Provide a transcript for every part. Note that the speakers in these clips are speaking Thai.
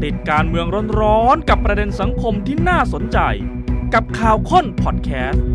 ติดการเมืองร้อนๆกับประเด็นสังคมที่น่าสนใจกับข่าวค้นพอดแคสต์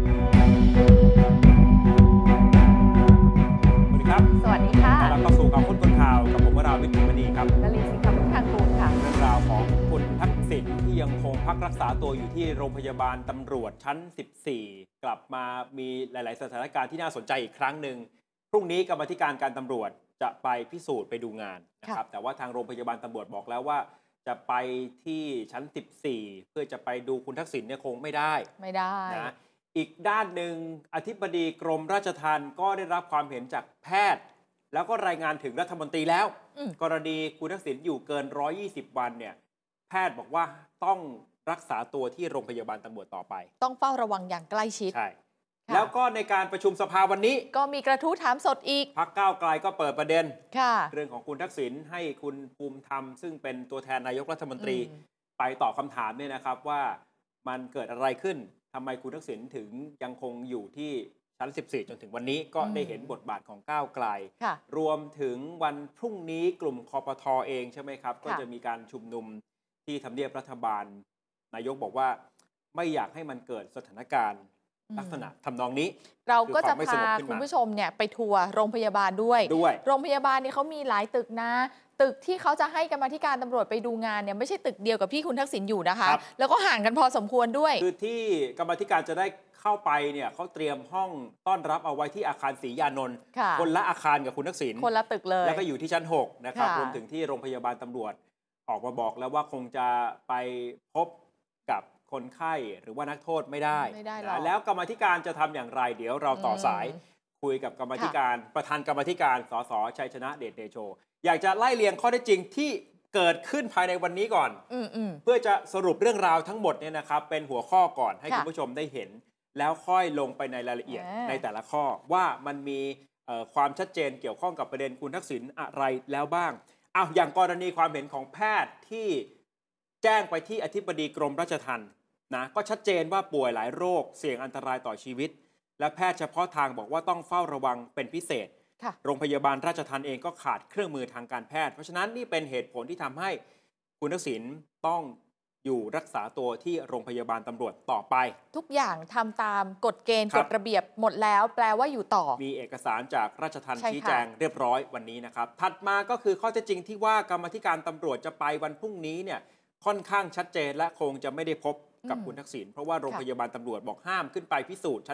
สวัสดีครับสวัสดีค่ะต้อนรับเข้าสู่ข่าวค้นคนข่าวกับผมวราวิทย์ มณีครับนลินทร์ สิงห์พุทธากูลค่ะเรื่องราวของคุณทักษิณที่ยังคงพักรักษาตัวอยู่ที่โรงพยาบาลตำรวจชั้น 14 กลับมามีหลายๆสถานการณ์ที่น่าสนใจอีกครั้งหนึ่งพรุ่งนี้กรรมาธิการการตำรวจจะไปพิสูจน์ไปดูงานนะครับแต่ว่าทางโรงพยาบาลตำรวจบอกแล้วว่าจะไปที่ชั้น 14 เพื่อจะไปดูคุณทักษิณเนี่ยคงไม่ได้นะอีกด้านหนึ่งอธิบดีกรมราชทัณฑ์ก็ได้รับความเห็นจากแพทย์แล้วก็รายงานถึงรัฐมนตรีแล้วกรณีคุณทักษิณอยู่เกิน120 วันเนี่ยแพทย์บอกว่าต้องรักษาตัวที่โรงพยาบาลตำรวจต่อไปต้องเฝ้าระวังอย่างใกล้ชิดใช่แล้วก็ในการประชุมสภาวันนี้ก็มีกระทู้ถามสดอีกพรรคก้าวไกลก็เปิดประเด็นเรื่องของคุณทักษิณให้คุณภูมิธรรมซึ่งเป็นตัวแทนนายกรัฐมนตรีไปตอบคำถามเนี่ยนะครับว่ามันเกิดอะไรขึ้นทำไมคุณทักษิณถึงยังคงอยู่ที่ชั้น 14 จนถึงวันนี้ก็ได้เห็นบทบาทของก้าวไกลรวมถึงวันพรุ่งนี้กลุ่มคปท.เองใช่ไหมครับก็จะมีการชุมนุมที่ทำเนียบรัฐบาลนายกบอกว่าไม่อยากให้มันเกิดสถานการณ์ลักษณะทำนองนี้เราก็จะพาคุณผู้ชมเนี่ยไปทัวร์โรงพยาบาลด้วยโรงพยาบาลนี่เขามีหลายตึกนะตึกที่เขาจะให้กรรมาธิการตำรวจไปดูงานเนี่ยไม่ใช่ตึกเดียวกับที่คุณทักษิณอยู่นะคะแล้วก็ห่างกันพอสมควรด้วยคือที่กรรมาธิการจะได้เข้าไปเนี่ยเขาเตรียมห้องต้อนรับเอาไว้ที่อาคารศรียานนท์คนละอาคารกับคุณทักษิณคนละตึกเลยแล้วก็อยู่ที่ชั้น 6นะครับรวมถึงที่โรงพยาบาลตำรวจออกมาบอกแล้วว่าคงจะไปพบกับคนไข้หรือว่านักโทษไม่ได้แล้วกรรมาธิการจะทำอย่างไรเดี๋ยวเราต่อสายคุยกับกรรมาธิการประธานกรรมาธิการสสชัยชนะเดชเดโชอยากจะไล่เรียงข้อเท็จจริงที่เกิดขึ้นภายในวันนี้ก่อนเพื่อจะสรุปเรื่องราวทั้งหมดเนี่ยนะครับเป็นหัวข้อก่อนให้คุณผู้ชมได้เห็นแล้วค่อยลงไปในรายละเอียดในแต่ละข้อว่ามันมีความชัดเจนเกี่ยวข้องกับประเด็นคุณทักษิณอะไรแล้วบ้างอย่างกรณีความเห็นของแพทย์ที่แจ้งไปที่อธิบดีกรมราชทัณฑ์นะก็ชัดเจนว่าป่วยหลายโรคเสี่ยงอันตรายต่อชีวิตและแพทย์เฉพาะทางบอกว่าต้องเฝ้าระวังเป็นพิเศษโรงพยาบาลราชทัณฑ์เองก็ขาดเครื่องมือทางการแพทย์เพราะฉะนั้นนี่เป็นเหตุผลที่ทำให้คุณทักษิณต้องอยู่รักษาตัวที่โรงพยาบาลตำรวจต่อไปทุกอย่างทำตามกฎเกณฑ์กฎระเบียบหมดแล้วแปลว่าอยู่ต่อมีเอกสารจากราชทัณฑ์ชี้แจงเรียบร้อยวันนี้นะครับถัดมาก็คือข้อเท็จจริงที่ว่ากรรมาธิการตำรวจจะไปวันพรุ่งนี้เนี่ยค่อนข้างชัดเจนและคงจะไม่ได้พบกับคุณทักษิณเพราะว่าโรงพยาบาลตำรวจบอกห้ามขึ้นไปพิสูจน์ชั้น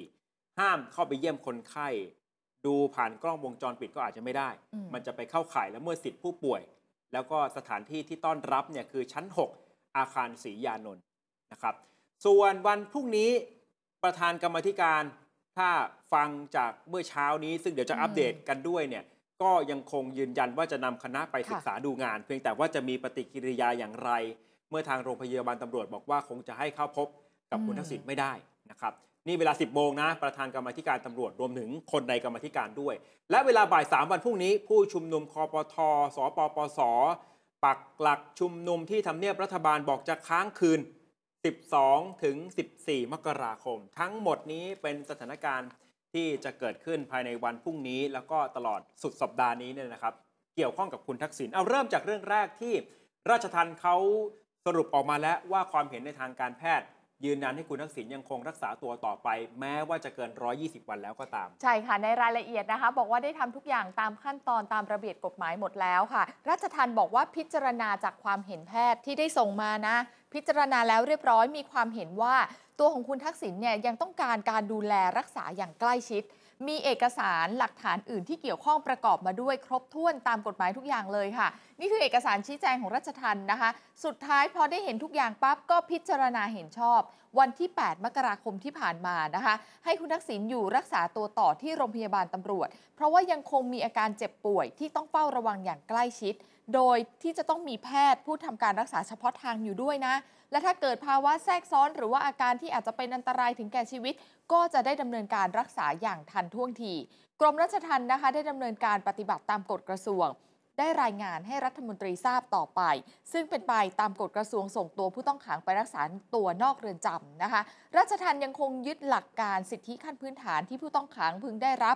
14ห้ามเข้าไปเยี่ยมคนไข้ดูผ่านกล้องวงจรปิดก็อาจจะไม่ได้มันจะไปเข้าข่ายละเมิดสิทธิผู้ป่วยแล้วก็สถานที่ที่ต้อนรับเนี่ยคือชั้น 6 อาคารศรียานนท์นะครับส่วนวันพรุ่งนี้ประธานกรรมาธิการถ้าฟังจากเมื่อเช้านี้ซึ่งเดี๋ยวจะอัปเดตกันด้วยเนี่ยก็ยังคงยืนยันว่าจะนำคณะไปศึกษาดูงานเพียงแต่ว่าจะมีปฏิกิริยาอย่างไรเมื่อทางโรงพยาบาลตำรวจบอกว่าคงจะให้เข้าพบกับคุณทักษิณไม่ได้นะครับนี่เวลา 10 โมงนะประธานกรรมาธิการตำรวจรวมถึงคนในกรรมาธิการด้วยและเวลาบ่าย 3 วันพรุ่งนี้ผู้ชุมนุมคปท.สปปส.ปักหลักชุมนุมที่ทำเนียบรัฐบาลบอกจะค้างคืน 12 ถึง 14 มกราคมทั้งหมดนี้เป็นสถานการณ์ที่จะเกิดขึ้นภายในวันพรุ่งนี้แล้วก็ตลอดสุดสัปดาห์นี้เนี่ยนะครับเกี่ยวข้องกับคุณทักษิณเอาเริ่มจากเรื่องแรกที่ราชทัณฑ์เขาสรุปออกมาแล้วว่าความเห็นในทางการแพทย์ยืนยันให้คุณทักษิณยังคงรักษาตัวต่อไปแม้ว่าจะเกิน120 วันแล้วก็ตามใช่ค่ะในรายละเอียดนะคะบอกว่าได้ทำทุกอย่างตามขั้นตอนตามระเบียบกฎหมายหมดแล้วค่ะราชทัณฑ์บอกว่าพิจารณาจากความเห็นแพทย์ที่ได้ส่งมานะพิจารณาแล้วเรียบร้อยมีความเห็นว่าตัวของคุณทักษิณเนี่ยยังต้องการการดูแลรักษาอย่างใกล้ชิดมีเอกสารหลักฐานอื่นที่เกี่ยวข้องประกอบมาด้วยครบถ้วนตามกฎหมายทุกอย่างเลยค่ะนี่คือเอกสารชี้แจงของราชทัณฑ์นะคะสุดท้ายพอได้เห็นทุกอย่างปั๊บก็พิจารณาเห็นชอบวันที่ 8 มกราคมที่ผ่านมานะคะให้คุณทักษิณอยู่รักษาตัวต่อที่โรงพยาบาลตำรวจเพราะว่ายังคงมีอาการเจ็บป่วยที่ต้องเฝ้าระวังอย่างใกล้ชิดโดยที่จะต้องมีแพทย์ผู้ทำการรักษาเฉพาะทางอยู่ด้วยนะและถ้าเกิดภาวะแทรกซ้อนหรือว่าอาการที่อาจจะเป็นอันตรายถึงแก่ชีวิตก็จะได้ดำเนินการรักษาอย่างทันท่วงทีกรมราชทัณฑ์นะคะได้ดำเนินการปฏิบัติตามกฎกระทรวงได้รายงานให้รัฐมนตรีทราบต่อไปซึ่งเป็นไปตามกฎกระทรวงส่งตัวผู้ต้องขังไปรักษาตัวนอกเรือนจำนะคะราชทัณฑ์ยังคงยึดหลักการสิทธิขั้นพื้นฐานที่ผู้ต้องขังพึงได้รับ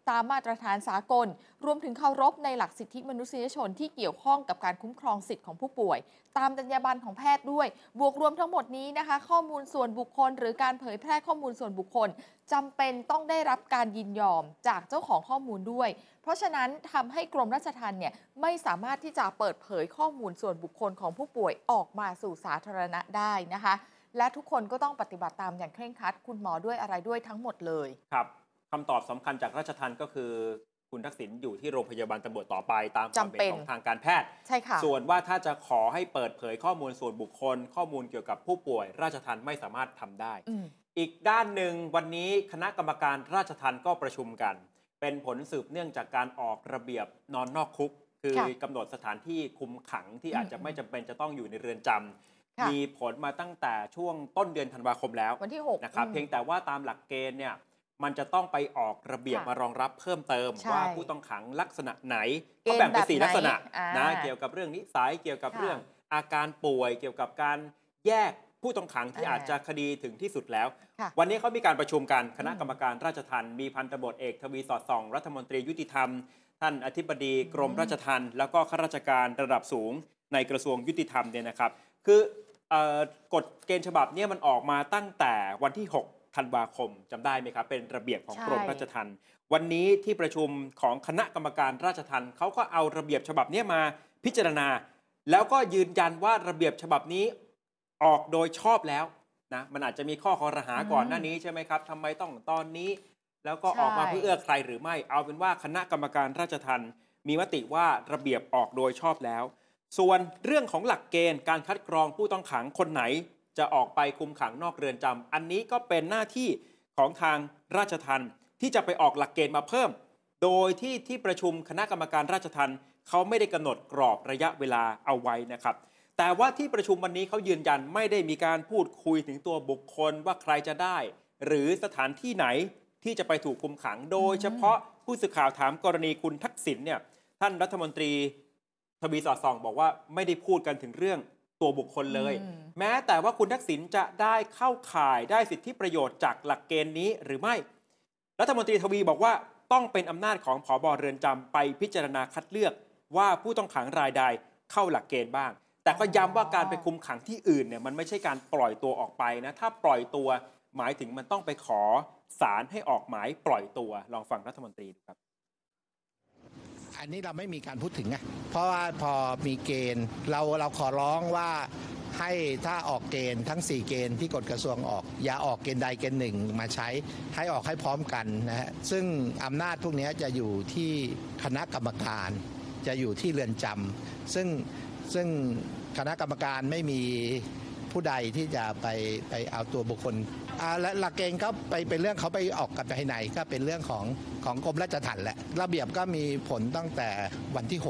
ตามมาตรฐานสากลรวมถึงเคารพในหลักสิทธิมนุษยชนที่เกี่ยวข้องกับการคุ้มครองสิทธิของผู้ป่วยตามจรรยาบรรณของแพทย์ด้วยบวกรวมทั้งหมดนี้นะคะข้อมูลส่วนบุคคลหรือการเผยแพร่ข้อมูลส่วนบุคคลจำเป็นต้องได้รับการยินยอมจากเจ้าของข้อมูลด้วยเพราะฉะนั้นทำให้กรมราชทัณฑ์เนี่ยไม่สามารถที่จะเปิดเผยข้อมูลส่วนบุคคลของผู้ป่วยออกมาสู่สาธารณะได้นะคะและทุกคนก็ต้องปฏิบัติตามอย่างเคร่งครัดคุณหมอด้วยอะไรด้วยทั้งหมดเลยครับคำตอบสำคัญจากราชทัณฑ์ก็คือคุณทักษิณอยู่ที่โรงพยาบาลตำรวจต่อไปตามความเป็นของทางการแพทย์ใช่ค่ะส่วนว่าถ้าจะขอให้เปิดเผยข้อมูลส่วนบุคคลข้อมูลเกี่ยวกับผู้ป่วยราชทัณฑ์ไม่สามารถทำได้อีกด้านหนึ่งวันนี้คณะกรรมการราชทัณฑ์ก็ประชุมกันเป็นผลสืบเนื่องจากการออกระเบียบนอนนอกคุกคือกำหนดสถานที่คุมขังที่อาจจะไม่จำเป็นจะต้องอยู่ในเรือนจำมีผลมาตั้งแต่ช่วงต้นเดือนธันวาคมแล้ววันที่6 นะครับเพียงแต่ว่าตามหลักเกณฑ์เนี่ยมันจะต้องไปออกระเบียบมารองรับเพิ่มเติมว่าผู้ต้องขังลักษณะไหนเขาแบ่งเป็น4ลักษณะนะเกี่ยวกับเรื่องนิสัยเกี่ยวกับเรื่องอาการป่วยเกี่ยวกับการแยกผู้ต้องขังที่อาจจะคดีถึงที่สุดแล้ววันนี้เขามีการประชุมกันคณะกรรมการราชทัณฑ์มีพันตำรวจเอกทวีสอดส่องรัฐมนตรียุติธรรมท่านอธิบดีกรมราชทัณฑ์แล้วก็ข้าราชการระดับสูงในกระทรวงยุติธรรมเนี่ยนะครับคือกฎเกณฑ์ฉบับนี้มันออกมาตั้งแต่วันที่6ธันวาคมจำได้ไหมครับเป็นระเบียบของกรมราชทัณฑ์วันนี้ที่ประชุมของคณะกรรมการราชทัณฑ์เขาก็เอาระเบียบฉบับนี้มาพิจารณาแล้วก็ยืนยันว่าระเบียบฉบับนี้ออกโดยชอบแล้วนะมันอาจจะมีข้อคอรหาก่อนหน้านี้ใช่ไหมครับทำไมต้องตอนนี้แล้วก็ออกมาเพื่อเอื้อใครหรือไม่เอาเป็นว่าคณะกรรมการราชทัณฑ์มีมติว่าระเบียบออกโดยชอบแล้วส่วนเรื่องของหลักเกณฑ์การคัดกรองผู้ต้องขังคนไหนจะออกไปคุมขังนอกเรือนจำอันนี้ก็เป็นหน้าที่ของทางราชทัณฑ์ที่จะไปออกหลักเกณฑ์มาเพิ่มโดยที่ประชุมคณะกรรมการราชทัณฑ์เขาไม่ได้กำหนดกรอบระยะเวลาเอาไว้นะครับแต่ว่าที่ประชุมวันนี้เขายืนยันไม่ได้มีการพูดคุยถึงตัวบุคคลว่าใครจะได้หรือสถานที่ไหนที่จะไปถูกคุมขังโดยเฉพาะผู้สื่อข่าวถามกรณีคุณทักษิณเนี่ยท่านรัฐมนตรีทวีสอดส่องบอกว่าไม่ได้พูดกันถึงเรื่องตัวบุคคลเลยแม้แต่ว่าคุณทักษิณจะได้เข้าข่ายได้สิทธิประโยชน์จากหลักเกณฑ์นี้หรือไม่รัฐมนตรีทวีบอกว่าต้องเป็นอำนาจของผบ.เรือนจำไปพิจารณาคัดเลือกว่าผู้ต้องขังรายใดเข้าหลักเกณฑ์บ้างแต่ก็ย้ำว่าการไปคุมขังที่อื่นเนี่ยมันไม่ใช่การปล่อยตัวออกไปนะถ้าปล่อยตัวหมายถึงมันต้องไปขอศาลให้ออกหมายปล่อยตัวลองฟังรัฐมนตรีดูครับอันนี้เราไม่มีการพูดถึงไงเพราะว่าพอมีเกณฑ์เราขอร้องว่าให้ถ้าออกเกณฑ์ทั้ง4เกณฑ์ที่กฎกระทรวงออกอย่าออกเกณฑ์ใดเกณฑ์หนึ่งมาใช้ให้ออกให้พร้อมกันนะฮะซึ่งอำนาจพวกนี้จะอยู่ที่คณะกรรมการจะอยู่ที่เรือนจำซึ่งคณะกรรมการไม่มีผู้ใดที่จะไปเอาตัวบุคคลและหลักเกณฑ์เขาไปเป็นเรื่องเขาไปออกกันภายในก็เป็นเรื่องของกรมราชทัณฑ์แหละระเบียบก็มีผลตั้งแต่วันที่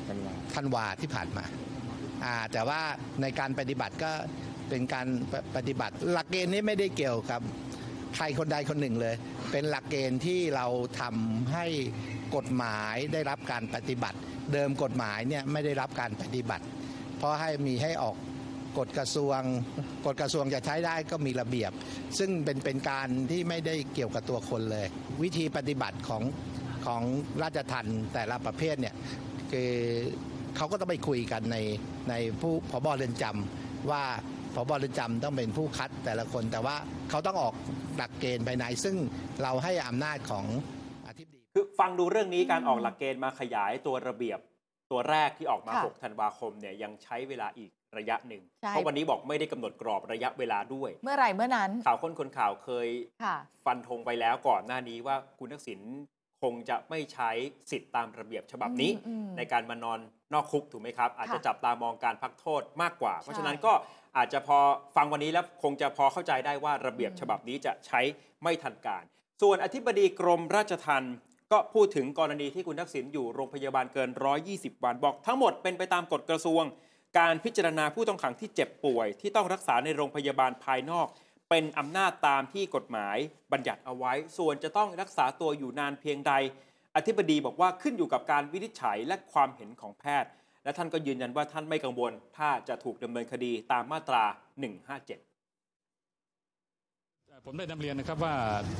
6ธันวาที่ผ่านมาแต่ว่าในการปฏิบัติก็เป็นการปฏิบัติหลักเกณฑ์นี้ไม่ได้เกี่ยวกับใครคนใดคนหนึ่งเลยเป็นหลักเกณฑ์ที่เราทำให้กฎหมายได้รับการปฏิบัติเดิมกฎหมายเนี่ยไม่ได้รับการปฏิบัติเพราะให้ออกกฎกระทรวงจะใช้ได้ก็มีระเบียบซึ่งเป็นการที่ไม่ได้เกี่ยวกับตัวคนเลยวิธีปฏิบัติของราชทัณฑ์แต่ละประเภทเนี่ยคือเขาก็ต้องไปคุยกันในผู้ผบ.เรือนจำว่าผบ.เรือนจำต้องเป็นผู้คัดแต่ละคนแต่ว่าเขาต้องออกหลักเกณฑ์ภายในซึ่งเราให้อำนาจของอธิบดีคือฟังดูเรื่องนี้การออกหลักเกณฑ์มาขยายตัวระเบียบตัวแรกที่ออกมา6ธันวาคมเนี่ยยังใช้เวลาอีกระยะหนึ่งเพราะวันนี้บอกไม่ได้กำหนดกรอบระยะเวลาด้วยเมื่อไหร่เมื่อนั้นข่าวคนข่าวเคยฟันธงไปแล้วก่อนหน้านี้ว่าคุณทักษิณคงจะไม่ใช้สิทธิ์ตามระเบียบฉบับนี้ในการมานอนนอกคุกถูกไหมครับอาจจะจับตามองการพักโทษมากกว่าเพราะฉะนั้นก็อาจจะพอฟังวันนี้แล้วคงจะพอเข้าใจได้ว่าระเบียบฉบับนี้จะใช้ไม่ทันการส่วนอธิบดีกรมราชทัณฑ์ก็พูดถึงกรณีที่คุณทักษิณอยู่โรงพยาบาลเกิน120 วันบอกทั้งหมดเป็นไปตามกฎกระทรวงการพิจารณาผู้ต้องขังที่เจ็บป่วยที่ต้องรักษาในโรงพยาบาลภายนอกเป็นอำนาจตามที่กฎหมายบัญญัติเอาไว้ส่วนจะต้องรักษาตัวอยู่นานเพียงใดอธิบดีบอกว่าขึ้นอยู่กับการวินิจฉัยและความเห็นของแพทย์และท่านก็ยืนยันว่าท่านไม่กังวลถ้าจะถูกดำเนินคดีตามมาตรา157 ผมได้นำเรียนนะครับว่า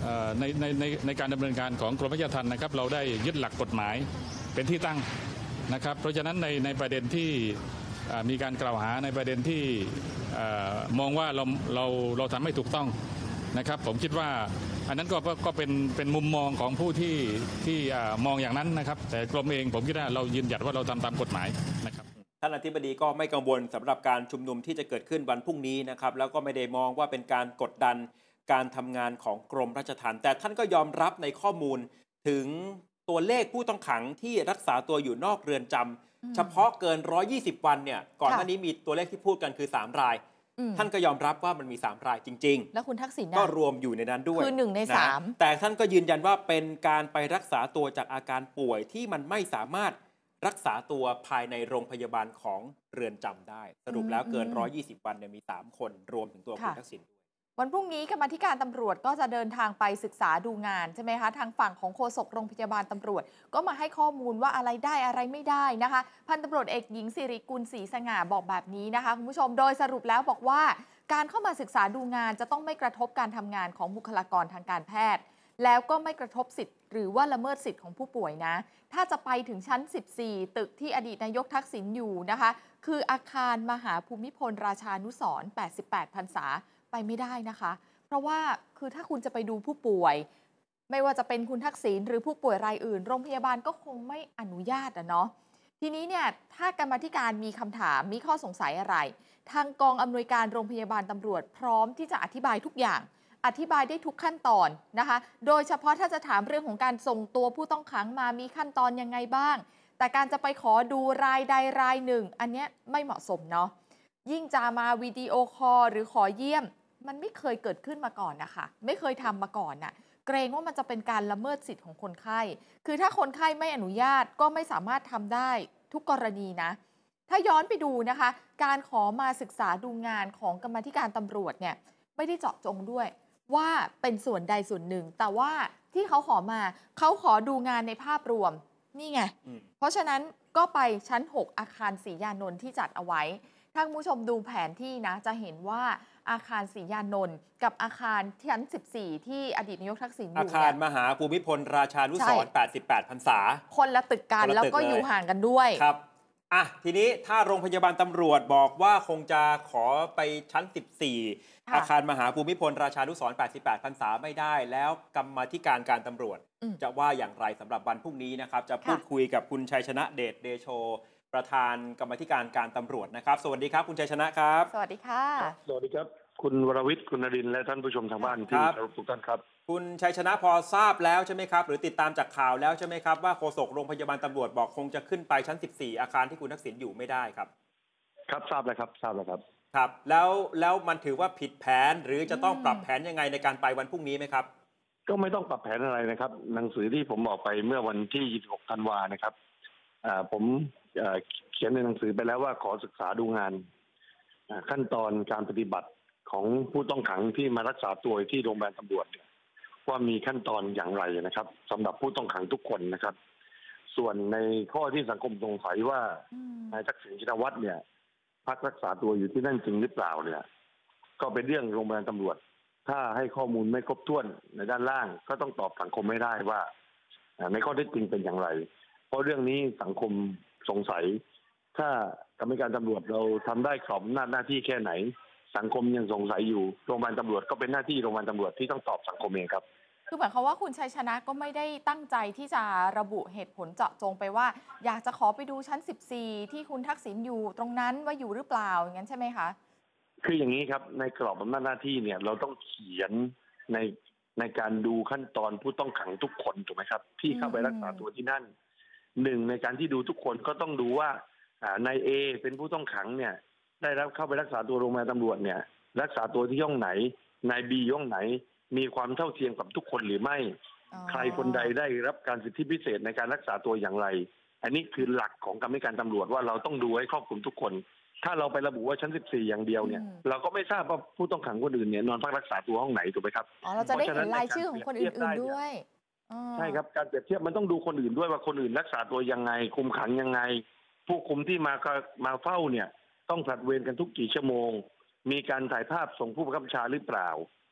ในการดำเนินการของกรมราชทัณฑ์นะครับเราได้ยึดหลักกฎหมายเป็นที่ตั้งนะครับเพราะฉะนั้นในประเด็นที่มีการกล่าวหาในประเด็นที่มองว่าเราทำไม่ถูกต้องนะครับผมคิดว่าอันนั้นก็เป็นมุมมองของผู้ที่มองอย่างนั้นนะครับแต่กรมเองผมคิดว่าเรายืนหยัดว่าเราทำตามกฎหมายนะครับท่านอธิบดีก็ไม่กังวลสำหรับการชุมนุมที่จะเกิดขึ้นวันพรุ่งนี้นะครับแล้วก็ไม่ได้มองว่าเป็นการกดดันการทำงานของกรมราชทัณฑ์แต่ท่านก็ยอมรับในข้อมูลถึงตัวเลขผู้ต้องขังที่รักษาตัวอยู่นอกเรือนจำเฉพาะเกิน120วันเนี่ยก่อนหน้านี้มีตัวเลขที่พูดกันคือ3รายท่านก็ยอมรับว่ามันมี3รายจริงๆแล้วคุณทักษิณก็รวมอยู่ในนั้นด้วยคือ1 ใน 3 แต่ท่านก็ยืนยันว่าเป็นการไปรักษาตัวจากอาการป่วยที่มันไม่สามารถรักษาตัวภายในโรงพยาบาลของเรือนจำได้สรุปแล้วเกิน120วันเนี่ยมี3คนรวมถึงตัวคุณทักษิณวันพรุ่งนี้กรรมาธิการตำรวจก็จะเดินทางไปศึกษาดูงานใช่ไหมคะทางฝั่งของโฆษกโรงพยาบาลตำรวจก็มาให้ข้อมูลว่าอะไรได้อะไรไม่ได้นะคะพันตำรวจเอกหญิงสิริกุลศรีสง่าบอกแบบนี้นะคะคุณผู้ชมโดยสรุปแล้วบอกว่าการเข้ามาศึกษาดูงานจะต้องไม่กระทบการทำงานของบุคลากรทางการแพทย์แล้วก็ไม่กระทบสิทธิ์หรือว่าละเมิดสิทธิ์ของผู้ป่วยนะถ้าจะไปถึงชั้น14ตึกที่อดีตนายกทักษิณอยู่นะคะคืออาคารมหาภูมิพลราชานุสรณ์88 พรรษาไปไม่ได้นะคะเพราะว่าคือถ้าคุณจะไปดูผู้ป่วยไม่ว่าจะเป็นคุณทักษิณหรือผู้ป่วยรายอื่นโรงพยาบาลก็คงไม่อนุญาตเนาะทีนี้เนี่ยถ้ากรรมาธิการมีคำถามมีข้อสงสัยอะไรทางกองอำนวยการโรงพยาบาลตำรวจพร้อมที่จะอธิบายทุกอย่างอธิบายได้ทุกขั้นตอนนะคะโดยเฉพาะถ้าจะถามเรื่องของการส่งตัวผู้ต้องขังมามีขั้นตอนยังไงบ้างแต่การจะไปขอดูรายใดรายหนึ่งอันเนี้ยไม่เหมาะสมเนาะยิ่งจะมาวิดีโอคอลหรือขอเยี่ยมมันไม่เคยเกิดขึ้นมาก่อนนะคะไม่เคยทำมาก่อนน่ะเกรงว่ามันจะเป็นการละเมิดสิทธิ์ของคนไข้คือถ้าคนไข้ไม่อนุญาตก็ไม่สามารถทำได้ทุกกรณีนะถ้าย้อนไปดูนะคะการขอมาศึกษาดูงานของกรรมาธิการตำรวจเนี่ยไม่ได้เจาะจงด้วยว่าเป็นส่วนใดส่วนหนึ่งแต่ว่าที่เขาขอมาเขาขอดูงานในภาพรวมนี่ไงเพราะฉะนั้นก็ไปชั้น6อาคารศรียานนท์ที่จัดเอาไว้ถ้าคุณผู้ชมดูแผนที่นะจะเห็นว่าอาคารศรียานนท์กับอาคารชั้น14ที่อดีตนายกทักษิณอยู่อาคารมหาภูมิพลราชานุสรณ์88 พรรษาคนละตึกกันแล้วก็อยู่ห่างกันด้วยครับทีนี้ถ้าโรงพยาบาลตำรวจบอกว่าคงจะขอไปชั้น14อาคารมหาภูมิพลราชานุสรณ์88 พรรษาไม่ได้แล้วกรรมาธิการตำรวจจะว่าอย่างไรสำหรับวันพรุ่งนี้นะครับจะพูดคุยกับคุณชัยชนะเดชเดโชประธานกรรมาธิการตำรวจนะครับสวัสดีครับคุณชัยชนะครับสวัสดีค่ะสวัสดีครับคุณวรวิทย์คุณนรินทร์และท่านผู้ชมทางบ้านที่เคารพทุกท่านครับคุณชัยชนะพอทราบแล้วใช่ไหมครับหรือติดตามจากข่าวแล้วใช่ไหมครับว่าโฆษกโรงพยาบาลตำรวจบอกคงจะขึ้นไปชั้น14อาคารที่คุณทักษิณอยู่ไม่ได้ครับครับทราบแล้วครับครับแล้วมันถือว่าผิดแผนหรือจะต้องปรับแผนยังไงในการไปวันพรุ่งนี้ไหมครับก็ไม่ต้องปรับแผนอะไรนะครับหนังสือที่ผมออกไปเมื่อวันที่26 ธันวานะครับผมเขียนในหนังสือไปแล้วว่าขอศึกษาดูงานขั้นตอนการปฏิบัติของผู้ต้องขังที่มารักษาตัวที่โรงพยาบาลตำรวจว่ามีขั้นตอนอย่างไรนะครับสำหรับผู้ต้องขังทุกคนนะครับส่วนในข้อที่สังคมสงสัยว่านายทักษิณชินวัตรเนี่ยพักรักษาตัวอยู่ที่นั่นจริงหรือเปล่าเนี่ยก็เป็นเรื่องโรงพยาบาลตำรวจถ้าให้ข้อมูลไม่ครบถ้วนในด้านล่างก็ต้องตอบสังคมไม่ได้ว่าในข้อเท็จจริงเป็นอย่างไรเพราะเรื่องนี้สังคมสงสัยถ้ากรรมการตำรวจเราทำได้ครอบหน้าที่แค่ไหนสังคมยังสงสัยอยู่โรงพยาบาลตำรวจก็เป็นหน้าที่โรงพยาบาลตำรวจที่ต้องตอบสังคมเองครับคือหมายความว่าคุณชัยชนะก็ไม่ได้ตั้งใจที่จะระบุเหตุผลเจาะจงไปว่าอยากจะขอไปดูชั้น14ที่คุณทักษิณอยู่ตรงนั้นว่าอยู่หรือเปล่าอย่างนั้นใช่ไหมคะคืออย่างนี้ครับในกรอบอำนาจหน้าที่เนี่ยเราต้องเขียนในการดูขั้นตอนผู้ต้องขังทุกคนถูกไหมครับที่เข้าไปรักษาตัวที่นั่นหนึ่งในการที่ดูทุกคนก็ต้องดูว่านายเอเป็นผู้ต้องขังเนี่ยได้รับเข้าไปรักษาตัวโรงพยาบาลตำรวจเนี่ยรักษาตัวที่ห้องไหนนายบีห้องไหนมีความเท่าเทียมกับทุกคนหรือไม่ใครคนใดได้รับการสิทธิพิเศษในการรักษาตัวอย่างไรอันนี้คือหลักของกรรมการตำรวจว่าเราต้องดูให้ครอบคลุมทุกคนถ้าเราไประบุว่าชั้น14อย่างเดียวเนี่ยเราก็ไม่ทราบว่าผู้ต้องขังคนอื่นเนี่ยนอนพักรักษาตัวห้องไหนถูกไหมครับเราจะได้เห็นรายชื่อของคนอื่นๆด้วยใช่ครับการเปรียบเทียบมันต้องดูคนอื่นด้วยว่าคนอื่นรักษาตัวยังไงคุมขังยังไงผู้คุมที่มาเฝ้าเนี่ยต้องผลัดเวรกันทุกกี่ชั่วโมงมีการถ่ายภาพส่งผู้บังคับบัญชาหรือเปล่า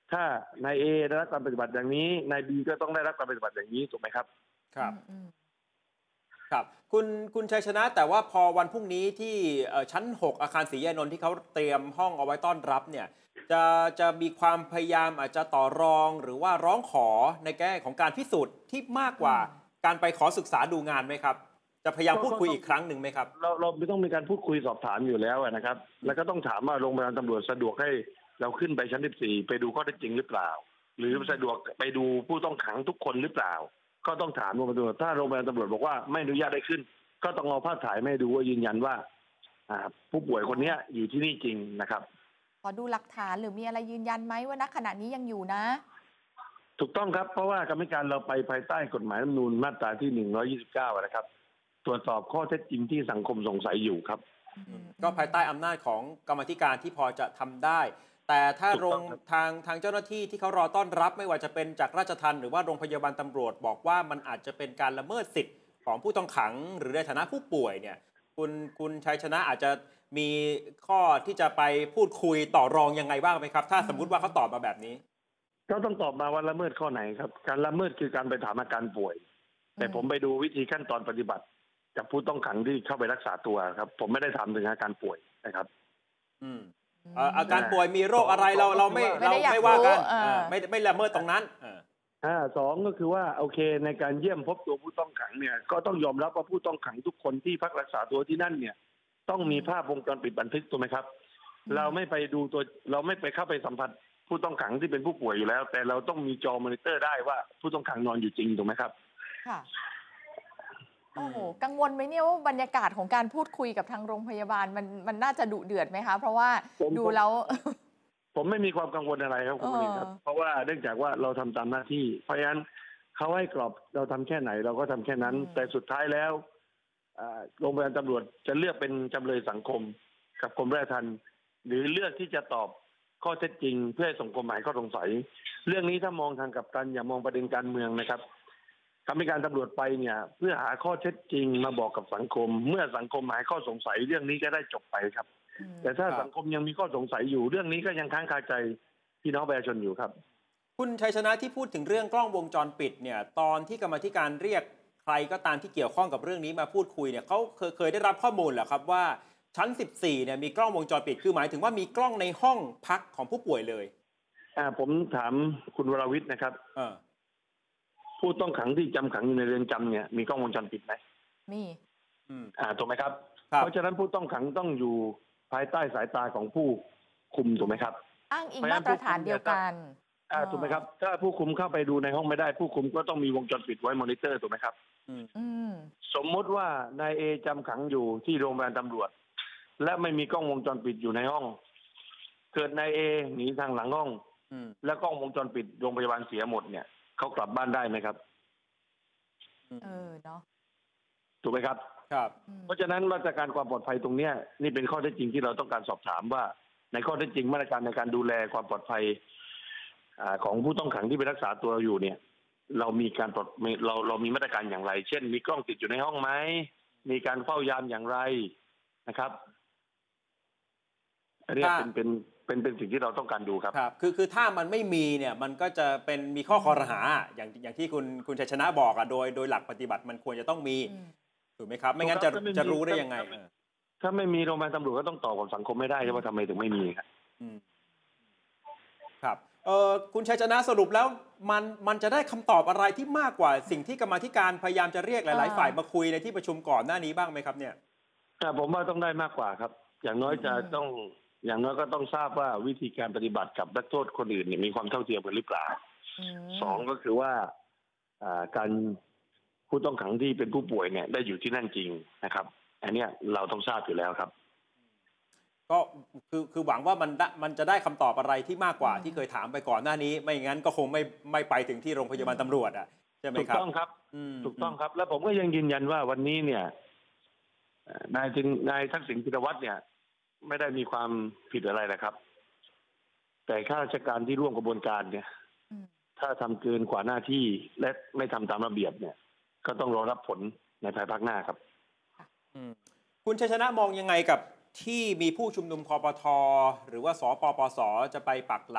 ถ้านายเอได้รับการปฏิบัติอย่างนี้นายบีก็ต้องได้รับการปฏิบัติอย่างนี้ถูกไหมครับครับอืมครับคุณชัยชนะแต่ว่าพอวันพรุ่งนี้ที่ชั้น 6 อาคารศรียานนท์ที่เขาเตรียมห้องเอาไว้ต้อนรับเนี่ยจะมีความพยายามอาจจะต่อรองหรือว่าร้องขอในแง่ของการพิสูจน์ที่มากกว่าการไปขอศึกษาดูงานไหมครับจะพยายามพูดคุยอีกครั้งหนึ่งไหมครับเราไม่ต้องมีการพูดคุยสอบถามอยู่แล้วนะครับ แล้วก็ต้องถามว่าโรงพยาบาลตำรวจสะดวกให้เราขึ้นไปชั้น 14 ไปดูข้อเท็จจริงหรือเปล่า หรือสะดวกไปดูผู้ต้องขังทุกคนหรือเปล่าก็ต้องถามโรงพยาบาลตำรวจถ้าโรงพยาบาลตำรวจบอกว่าไม่อนุญาตให้ขึ้นก็ต้องเอาภาพถ่ายมาให้ดูว่ายืนยันว่าผู้ป่วยคนนี้อยู่ที่นี่จริงนะครับขอดูหลักฐานหรือมีอะไรยืนยันไหมว่าณขณะนี้ยังอยู่นะถูกต้องครับเพราะว่ากรรมการเราไปภายใต้กฎหมายรัฐธรรมนูญมาตราที่129นะครับตรวจสอบข้อเท็จจริงที่สังคมสงสัยอยู่ครับก็ภายใต้อำนาจของกรรมาธิการที่พอจะทำได้แต่ถ้าทางเจ้าหน้าที่ที่เขารอต้อนรับไม่ว่าจะเป็นจากราชทัณฑ์หรือว่าโรงพยาบาลตำรวจบอกว่ามันอาจจะเป็นการละเมิดสิทธิ์ของผู้ต้องขังหรือในฐานะผู้ป่วยเนี่ยคุณชัยชนะอาจจะมีข้อที่จะไปพูดคุยต่อรองยังไงบ้างไหมครับถ้าสมมุติว่าเขาตอบมาแบบนี้ก็ต้องตอบมาว่าละเมิดข้อไหนครับการละเมิดคือการไปถามอาการป่วยแต่ผมไปดูวิธีขั้นตอนปฏิบัติกับผู้ต้องขังที่เข้าไปรักษาตัวครับผมไม่ได้ถามถึงอาการป่วยนะครับอาการป่วยมีโรคอะไรเราไม่ว่ากันไม่ละเมิดตรงนั้นสองก็คือว่าโอเคในการเยี่ยมพบตัวผู้ต้องขังเนี่ยก็ต้องยอมรับว่าผู้ต้องขังทุกคนที่พักรักษาตัวที่นั่นเนี่ยต้องมีภาพวงจรปิดบันทึกถูกไหมครับเราไม่ไปดูตัวเราไม่ไปเข้าไปสัมผัสผู้ต้องขังที่เป็นผู้ป่วยอยู่แล้วแต่เราต้องมีจอมอนิเตอร์ได้ว่าผู้ต้องขังนอนอยู่จริงถูกไหมครับค่ะโอ้โหกังวลไหมเนี่ยว่าบรรยากาศของการพูดคุยกับทางโรงพยาบาลมันน่าจะดุเดือดไหมคะเพราะว่าดูแล้วผมไม่มีความกังวลอะไรครับคุณผู้ชมครับเพราะว่าเนื่องจากว่าเราทำตามหน้าที่เพราะฉะนั้นเขาให้กรอบเราทำแค่ไหนเราก็ทำแค่นั้นแต่สุดท้ายแล้วโรงพยาบาลตำรวจจะเลือกเป็นจำเลยสังคมกับกรมราชทัณฑ์หรือเลือกที่จะตอบข้อเท็จจริงเพื่อให้สังคมหายข้อสงสัยเรื่องนี้ถ้ามองทางกัปตันอย่ามองประเด็นการเมืองนะครับกรรมการตำรวจไปเนี่ยเพื่อหาข้อเท็จจริงมาบอกกับสังคมเมื่อสังคมหายข้อสงสัยเรื่องนี้ก็ได้จบไปครับแต่ถ้าสังคมยังมีข้อสงสัยอยู่เรื่องนี้ก็ยังค้างคาใจพี่น้องประชาชนอยู่ครับคุณชัยชนะที่พูดถึงเรื่องกล้องวงจรปิดเนี่ยตอนที่กรรมาธิการเรียกใครก็ตามที่เกี่ยวข้องกับเรื่องนี้มาพูดคุยเนี่ยเขาเคยได้รับข้อมูลเหรอครับว่าชั้น 14เนี่ยมีกล้องวงจรปิดคือหมายถึงว่ามีกล้องในห้องพักของผู้ป่วยเลยผมถามคุณวรวิทย์นะครับผู้ต้องขังที่จำขังอยู่ในเรือนจำเนี่ยมีกล้องวงจรปิดไหมมีถูกไหมครับเพราะฉะนั้นผู้ต้องขังต้องอยู่ภายใต้สายตาของผู้คุมถูกไหมครับอ้างอิงมาตรฐานเดียวกันถูกไหมครับถ้าผู้คุมเข้าไปดูในห้องไม่ได้ผู้คุมก็ต้องมีวงจรปิดไว้มอนิเตอร์ถูกไหมครับสมมติว่านายเอจำขังอยู่ที่โรงพยาบาลตำรวจและไม่มีกล้องวงจรปิดอยู่ในห้องเกิดนายเอหนีทางหลังห้องแล้วกล้องวงจรปิดโรงพยาบาลเสียหมดเนี่ยเขากลับบ้านได้ไหมครับเนาะถูกไหมครับครับเพราะฉะนั้นมาตรการความปลอดภัยตรงนี้นี่เป็นข้อเท็จจริงที่เราต้องการสอบถามว่าในข้อเท็จจริงมาตรการในการดูแลความปลอดภัยของผู้ต้องขังที่ไปรักษาตัวอยู่เนี่ยเรามีการเรามีมาตรการอย่างไรเช่นมีกล้องติดอยู่ในห้องไหมมีการเฝ้ายามอย่างไรนะครับอันนี้เป็นสิ่งที่เราต้องการดูครับคือถ้ามันไม่มีเนี่ยมันก็จะเป็นมีข้อคอรหาอย่างที่คุณชัยชนะบอกโดยหลักปฏิบัติมันควรจะต้องมีถูกไหมครับไม่งั้นจะรู้ได้ยังไงถ้าไม่มีโรงพยาบาลตำรวจก็ต้องตอบกับสังคมไม่ได้ว่าทำไมถึงไม่มีครับคุณชัยชนะสรุปแล้วมันจะได้คำตอบอะไรที่มากกว่าสิ่งที่กรรมาธิการพยายามจะเรียกหลายๆฝ่ายมาคุยในที่ประชุมก่อนหน้านี้บ้างไหมครับเนี่ยผมว่าต้องได้มากกว่าครับอย่างน้อยก็ต้องทราบว่าวิธีการปฏิบัติกับนักโทษคนอื่นเนี่ยมีความเท่าเทียมกันหรือเปล่าสองก็คือว่าการผู้ต้องขังที่เป็นผู้ป่วยเนี่ยได้อยู่ที่นั่นจริงนะครับอันนี้เราต้องทราบอยู่แล้วครับก็คือหวังว่ามันจะได้คำตอบอะไรที่มากกว่าที่เคยถามไปก่อนหน้านี้ไม่งั้นก็คงไม่ไปถึงที่โรงพยาบาลตำรวจใช่ไหมครับถูกต้องครับถูกต้องครับแล้วผมก็ยังยืนยันว่าวันนี้เนี่ยนายทักษิณชินวัตรเนี่ยไม่ได้มีความผิดอะไรนะครับแต่ข้าราชการที่ร่วมกระบวนการเนี่ยถ้าทำเกินกว่าหน้าที่และไม่ทำตามระเบียบเนี่ยก็ต้องรอรับผลในภายภาคหน้าครับคุณชัยชนะมองยังไงกับที่มีผู้ชุมนุมคปท.หรือว่าสปปส.จะไปปักหลัก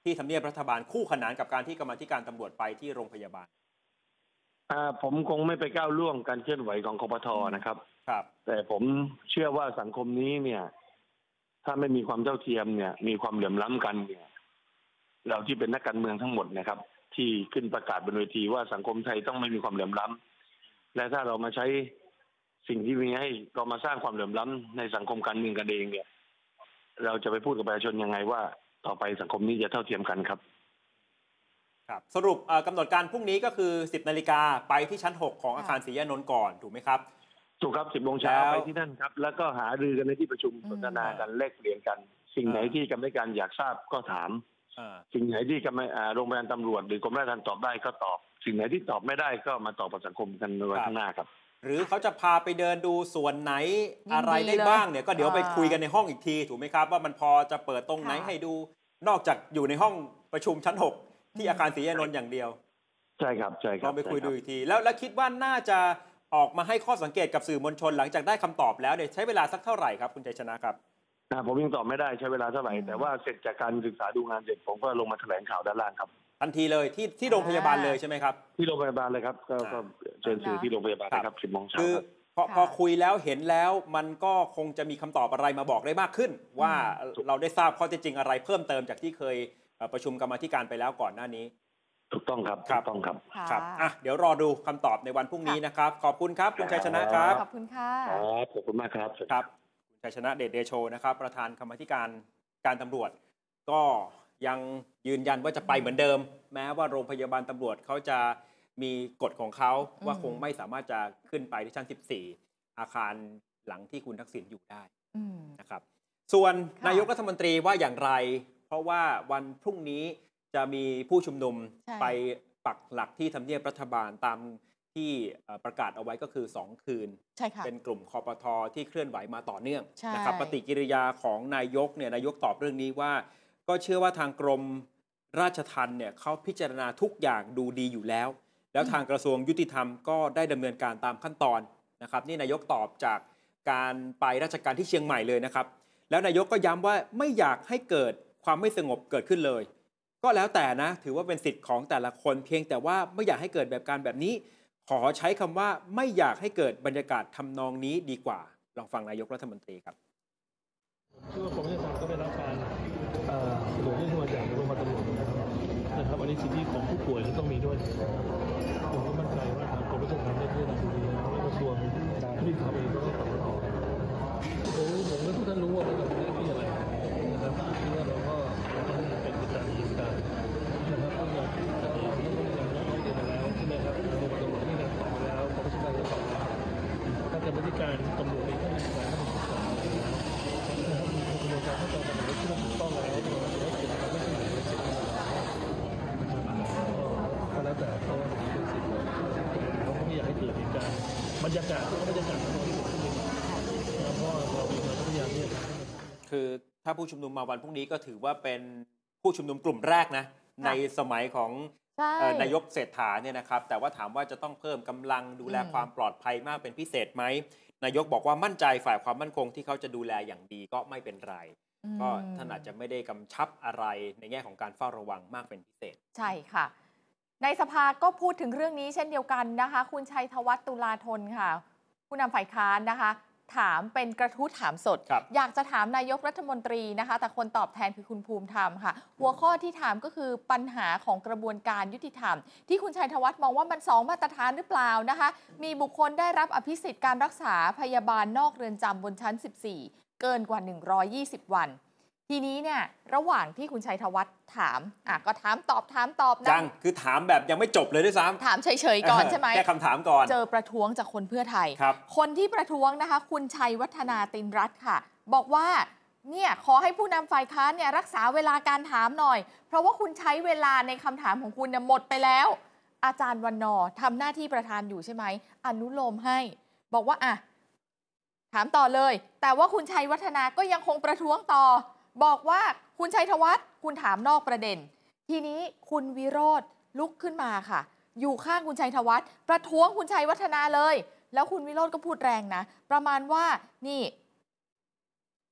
ที่ทำเนียบรัฐบาลคู่ขนานกับการที่กรรมาธิการตำรวจไปที่โรงพยาบาลผมคงไม่ไปก้าวล่วงการเคลื่อนไหวของคปท.นะครับครับแต่ผมเชื่อว่าสังคมนี้เนี่ยถ้าไม่มีความเท่าเทียมเนี่ยมีความเหลื่อมล้ำกันเนี่ยเราที่เป็นนักการเมืองทั้งหมดนะครับที่ขึ้นประกาศบนเวทีว่าสังคมไทยต้องไม่มีความเหลื่อมล้ำและถ้าเรามาใช้สิ่งที่มีให้เรามาสร้างความเหลื่อมล้ำในสังคมการเมืองกันเองเนี่ยเราจะไปพูดกับประชาชนยังไงว่าต่อไปสังคมนี้จะเท่าเทียมกันครับครับสรุปกำหนดการพรุ่งนี้ก็คือ 10 นาฬิกาไปที่ชั้น 6 ของอาคารศรียานนท์ก่อนถูกไหมครับถูกครับ 10 โมงเช้าไปที่นั่นครับแล้วก็หารือกันในที่ประชุมสนทนากันแลกเปลี่ยนกันสิ่งไหนที่กรรมธิการอยากทราบก็ถามสิ่งไหนที่โรงพยาบาลตำรวจหรือกรมราชทัณฑ์ตอบได้ก็ตอบสิ่งไหนที่ตอบไม่ได้ก็มาตอบกับสังคมกันในวันข้างหน้าครับหรือเขาจะพาไปเดินดูส่วนไหนอะไรได้บ้างเนี่ยก็เดี๋ยวไปคุยกันในห้องอีกทีถูกไหมครับว่ามันพอจะเปิดตรงไหนให้ดูนอกจากอยู่ในห้องประชุมชั้น 6 ที่อาคารศรียานนท์อย่างเดียวใช่ครับใช่ครับลองไปคุยดูอีกทีแล้วคิดว่าน่าจะออกมาให้ข้อสังเกตกับสื่อมวลชนหลังจากได้คำตอบแล้วเนี่ยใช้เวลาสักเท่าไหร่ครับคุณชัยชนะครับผมยังตอบไม่ได้ใช้เวลาเท่าไหร่แต่ว่าเสร็จจากการศึกษาดูงานเสร็จผมก็ลงมาแถลงข่าวด้านล่างครับทันทีเลยที่โรงพยาบาลเลยใช่ไหมครับที่โรงพยาบาลเลยครับก็เชิญสื่อที่โรงพยาบาลนะครับ 10 โมงเช้าคือพอคุยแล้วเห็นแล้วมันก็คงจะมีคำตอบอะไรมาบอกได้มากขึ้นว่าเราได้ทราบข้อเท็จจริงอะไรเพิ่มเติมจากที่เคยประชุมกรรมาธิการไปแล้วก่อนหน้านี้ถูกต้องครับถูกต้องครับครับเดี๋ยวรอดูคำตอบในวันพรุ่งนี้นะครับขอบคุณครับคุณชัยชนะครับขอบคุณค่ะขอบคุณมากครับครับคุณชัยชนะเดชเดโชนะครับประธานกรรมาธิการการตำรวจก็ยังยืนยันว่าจะไปเหมือนเดิมแม้ว่าโรงพยาบาลตำรวจเขาจะมีกฎของเขาว่าคงไม่สามารถจะขึ้นไปที่ชั้น 14 อาคารหลังที่คุณทักษิณอยู่ได้นะครับส่วนนายกรัฐมนตรีว่าอย่างไรเพราะว่าวันพรุ่งนี้จะมีผู้ชุมนุมไปปักหลักที่ทำเนียบรัฐบาลตามที่ประกาศเอาไว้ก็คือ2คืนเป็นกลุ่มคปท.ที่เคลื่อนไหวมาต่อเนื่องนะครับปฏิกิริยาของนายกเนี่ยนายกตอบเรื่องนี้ว่าก็เชื่อว่าทางกรมราชทัณฑ์เนี่ยเขาพิจารณาทุกอย่างดูดีอยู่แล้วทางกระทรวงยุติธรรมก็ได้ดำเนินการตามขั้นตอนนะครับนี่นายกตอบจากการไปราชการที่เชียงใหม่เลยนะครับแล้วนายกก็ย้ำว่าไม่อยากให้เกิดความไม่สงบเกิดขึ้นเลยก็แล้วแต่นะถือว่าเป็นสิทธิ์ของแต่ละคนเพียงแต่ว่าไม่อยากให้เกิดแบบนี้ขอใช้คำว่าไม่อยากให้เกิดบรรยากาศทำนองนี้ดีกว่าลองฟังนายกรัฐมนตรีครับเชื่อว่ากรมราชทัณฑ์ก็ได้รับการเสนอยื่นมาจากโรงพยาบาลตำรวจนะครับอันนี้สิทธิของผู้ป่วยก็ต้องมีด้วยผมก็มั่นใจว่าทางกรมราชทัณฑ์ได้พิจารณาดูดีแล้วกระทรวงยุติธรรมเองก็ต้องตอบรับผมก็ทุกท่านรู้ว่าเราทำหน้าที่อะไรนะครับที่ว่าเราก็เป็นไปตามกระบวนการนะครับก็อย่างที่ท่านเองก็ต้องการร้องเรียนมาแล้วใช่ไหมครับโรงพยาบาลตำรวจนี่นะตอบมาแล้วกรมราชทัณฑ์ก็ตอบแล้วถ้าจะบริการตำรวจเองก็มีการศึกษาการขั้นตอนการที่ถูกต้องแล้วเราจะเก็บไว้ไม่ใช่หนึ่งใน10ก็แล้วแต่เขาเป็นสิทธิ์เขาไม่อยากให้เกิดเหตุการณ์บรรยากาศก็บรรยากาศที่เกิดขึ้นเพราะเราเองเราก็พยายามที่จะคือถ้าผู้ชุมนุมมาวันพรุ่งนี้ก็ถือว่าเป็นผู้ชุมนุมกลุ่มแรกนะในสมัยของนายกเศรษฐาเนี่ยนะครับแต่ว่าถามว่าจะต้องเพิ่มกำลังดูแลความปลอดภัยมากเป็นพิเศษไหมนายกบอกว่ามั่นใจฝ่ายความมั่นคงที่เขาจะดูแลอย่างดีก็ไม่เป็นไรก็ท่านอาจจะไม่ได้กำชับอะไรในแง่ของการเฝ้าระวังมากเป็นพิเศษใช่ค่ะในสภาก็พูดถึงเรื่องนี้เช่นเดียวกันนะคะคุณชัยธวัฒน์ตุลาธนค่ะผู้นำฝ่ายค้านนะคะถามเป็นกระทู้ถามสดอยากจะถามนายกรัฐมนตรีนะคะแต่คนตอบแทนคือคุณภูมิธรรมค่ะหัวข้อที่ถามก็คือปัญหาของกระบวนการยุติธรรมที่คุณชัยธวัฒน์มองว่ามัน2 มาตรฐานหรือเปล่านะคะมีบุคคลได้รับอภิสิทธิ์การรักษาพยาบาลนอกเรือนจำบนชั้น14เกินกว่า120 วันทีนี้เนี่ยระหว่างที่คุณชัยธวัฒน์ถามก็ถามตอบนะจังคือถามแบบยังไม่จบเลยด้วยซ้ำถามเฉยๆก่อนใช่ไหมแค่คำถามก่อนเจอประท้วงจากคนเพื่อไทย คนที่ประท้วงนะคะคุณชัยวัฒนาตินรัตน์ค่ะบอกว่าเนี่ยขอให้ผู้นำฝ่ายค้านเนี่ยรักษาเวลาการถามหน่อยเพราะว่าคุณใช้เวลาในคำถามของคุณเนี่ยหมดไปแล้วอาจารย์วันนอร์ทำหน้าที่ประธานอยู่ใช่ไหมอนุโลมให้บอกว่าถามต่อเลยแต่ว่าคุณชัยวัฒนาก็ยังคงประท้วงต่อบอกว่าคุณชัยธวัฒน์คุณถามนอกประเด็นทีนี้คุณวิโรจน์ลุกขึ้นมาค่ะอยู่ข้างคุณชัยธวัฒน์ประท้วงคุณชัยวัฒนาเลยแล้วคุณวิโรจน์ก็พูดแรงนะประมาณว่านี่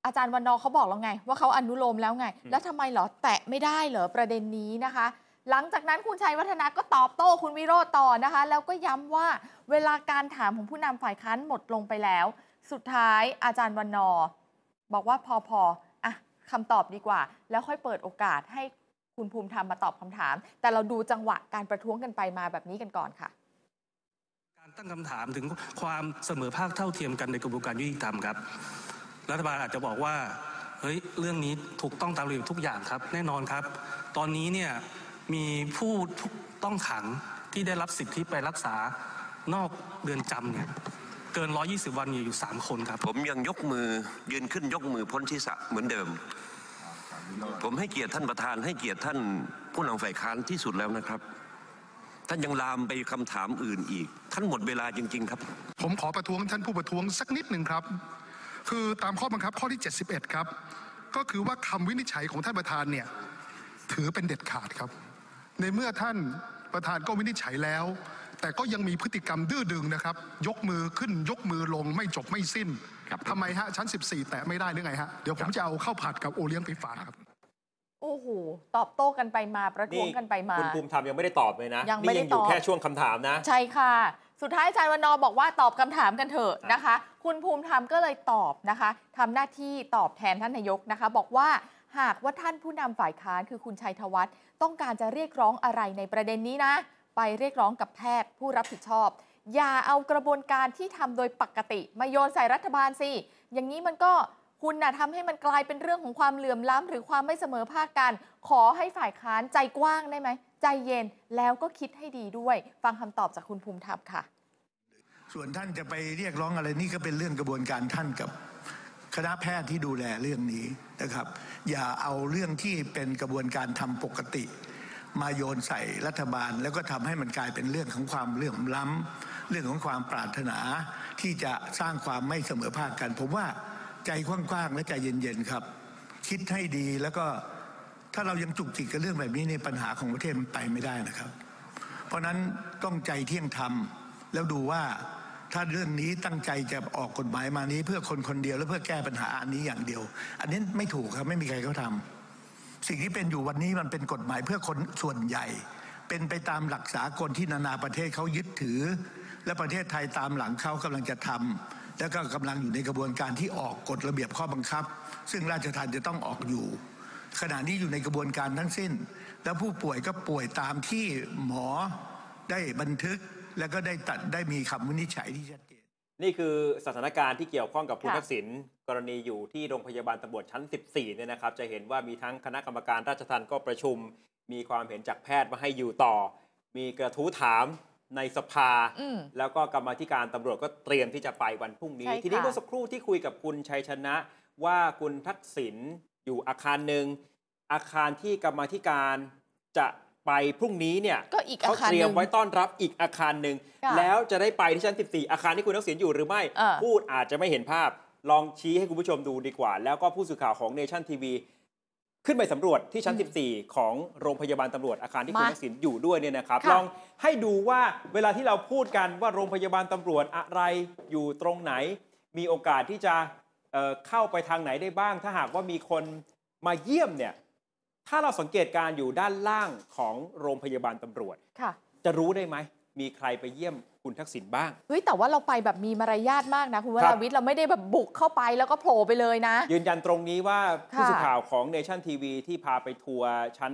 อาจารย์วันนอร์เขาบอกแล้วไงว่าเขาอนุโลมแล้วไง แล้วทำไมเหรอแตะไม่ได้เหรอประเด็นนี้นะคะ หลังจากนั้นคุณชัยวัฒนะก็ตอบโต้คุณวิโรจน์ต่อนะคะ แล้วก็ย้ำว่าเวลาการถามของผู้นำฝ่ายค้านหมดลงไปแล้ว สุดท้ายอาจารย์วันนอร์บอกว่าพออ่ะคำตอบดีกว่า แล้วค่อยเปิดโอกาสให้คุณภูมิธรรมมาตอบคำถาม แต่เราดูจังหวะการประท้วงกันไปมาแบบนี้กันก่อนค่ะการตั้งคำถามถึงความเสมอภาคเท่าเทียมกันในกระบวนการยุติธรรมครับรัฐบาลอาจจะบอกว่าเฮ้ยเรื่องนี้ถูกต้องตามระเบียบทุกอย่างครับแน่นอนครับตอนนี้เนี่ยมีผู้ต้องขังที่ได้รับสิทธิไปรักษานอกเรือนจำเนี่ยเกิน120 วันอยู่3 คนครับผมยังยกมือยืนขึ้นยกมือพ้นศีรษะเหมือนเดิมผมให้เกียรติท่านประธานให้เกียรติท่านผู้นำฝ่ายค้านที่สุดแล้วนะครับท่านยังลามไปคำถามอื่นอีกท่านหมดเวลาจริงๆครับผมขอประท้วงท่านผู้ประท้วงสักนิดหนึ่งครับคือตามข้อบังคับข้อที่71ครับก็คือว่าคำวินิจฉัยของท่านประธานเนี่ยถือเป็นเด็ดขาดครับในเมื่อท่านประธานก็วินิจฉัยแล้วแต่ก็ยังมีพฤติกรรมดื้อดึงนะครับยกมือขึ้นยกมือลงไม่จบไม่สิ้นทำไมฮะชั้น14แตะไม่ได้หรือไงฮะเดี๋ยวผมจะเอาข้าวผัดกับโอเลี้ยงไปฝากครับโอ้โหตอบโต้กันไปมาประท้วงกันไปมาคุณภูมิธรรมยังไม่ได้ตอบเลยนะยังไม่ได้อยู่แค่ช่วงคำถามนะใช่ค่ะสุดท้ายอาจารย์วันนอร์บอกว่าตอบคำถามกันเถอะนะคะ คุณภูมิธรรมก็เลยตอบนะคะทำหน้าที่ตอบแทนท่านนายกนะคะบอกว่าหากว่าท่านผู้นำฝ่ายค้านคือคุณชัยธวัฒน์ต้องการจะเรียกร้องอะไรในประเด็นนี้นะไปเรียกร้องกับแพทย์ผู้รับผิดชอบอย่าเอากระบวนการที่ทำโดยปกติมาโยนใส่รัฐบาลสิอย่างนี้มันก็คุณทำให้มันกลายเป็นเรื่องของความเหลื่อมล้ำหรือความไม่เสมอภาคกันขอให้ฝ่ายค้านใจกว้างได้ไหมใจเย็นแล้วก็คิดให้ดีด้วยฟังคำตอบจากคุณภูมิธรรมค่ะส่วนท่านจะไปเรียกร้องอะไรนี่ก็เป็นเรื่องกระบวนการท่านกับคณะแพทย์ที่ดูแลเรื่องนี้นะครับอย่าเอาเรื่องที่เป็นกระบวนการทำปกติมาโยนใส่รัฐบาลแล้วก็ทำให้มันกลายเป็นเรื่องของความเหลื่อมล้ำเรื่องของความปรารถนาที่จะสร้างความไม่เสมอภาคกันผมว่าใจกว้างๆและใจเย็นๆครับคิดให้ดีแล้วก็ถ้าเรายังจุกจิกกับเรื่องแบบนี้ในปัญหาของประเทศมันไปไม่ได้นะครับเพราะนั้นต้องใจเที่ยงธรรมแล้วดูว่าถ้าเรื่องนี้ตั้งใจจะออกกฎหมายมานี้เพื่อคนคนเดียวและเพื่อแก้ปัญหาอันนี้อย่างเดียวอันนี้ไม่ถูกครับไม่มีใครเขาทำสิ่งที่เป็นอยู่วันนี้มันเป็นกฎหมายเพื่อคนส่วนใหญ่เป็นไปตามหลักสากลที่นานาประเทศเขายึดถือและประเทศไทยตามหลังเขากำลังจะทำแล้วก็กำลังอยู่ในกระบวนการที่ออกกฎระเบียบข้อบังคับซึ่งราชทัณฑ์จะต้องออกอยู่ขณะนี้อยู่ในกระบวนการทั้งสิ้นแล้วผู้ป่วยก็ป่วยตามที่หมอได้บันทึกแล้วก็ได้มีคำวินิจฉัยที่ชัดเจนนี่คือสถานการณ์ที่เกี่ยวข้องกับคุณทักษิณกรณีอยู่ที่โรงพยาบาลตำรวจชั้น14เนี่ยนะครับจะเห็นว่ามีทั้งคณะกรรมการราชทัณฑ์ก็ประชุมมีความเห็นจากแพทย์ว่าให้อยู่ต่อมีกระทู้ถามในสภาแล้วก็กรรมาธิการตำรวจก็เตรียมที่จะไปวันพรุ่งนี้ทีนี้เมื่อสักครู่ที่คุยกับคุณชัยชนะว่าคุณทักษิณอยู่อาคารหนึ่งอาคารที่กรรมาธิการจะไปพรุ่งนี้เนี่ยเขาเตรียมไว้ต้อนรับอีกอาคารหนึ่งแล้วจะได้ไปที่ชั้น14อาคารที่คุณทักษิณอยู่หรือไม่พูดอาจจะไม่เห็นภาพลองชี้ให้คุณผู้ชมดูดีกว่าแล้วก็ผู้สื่อข่าวของ Nation TV ขึ้นไปสำรวจที่ชั้น14ของโรงพยาบาลตำรวจอาคารที่คุณทักษิณอยู่ด้วยเนี่ยนะครับลองให้ดูว่าเวลาที่เราพูดกันว่าโรงพยาบาลตำรวจอะไรอยู่ตรงไหนมีโอกาสที่จะเข้าไปทางไหนได้บ้างถ้าหากว่ามีคนมาเยี่ยมเนี่ยถ้าเราสังเกตการอยู่ด้านล่างของโรงพยาบาลตำรวจจะรู้ได้ไหมมีใครไปเยี่ยมคุณทักษิณบ้างเฮ้ยแต่ว่าเราไปแบบมีมารยาทมากนะคุณวราวิทย์เราไม่ได้แบบบุกเข้าไปแล้วก็โผล่ไปเลยนะยืนยันตรงนี้ว่าผู้สื่อข่าวของ Nation TV ที่พาไปทัวร์ชั้น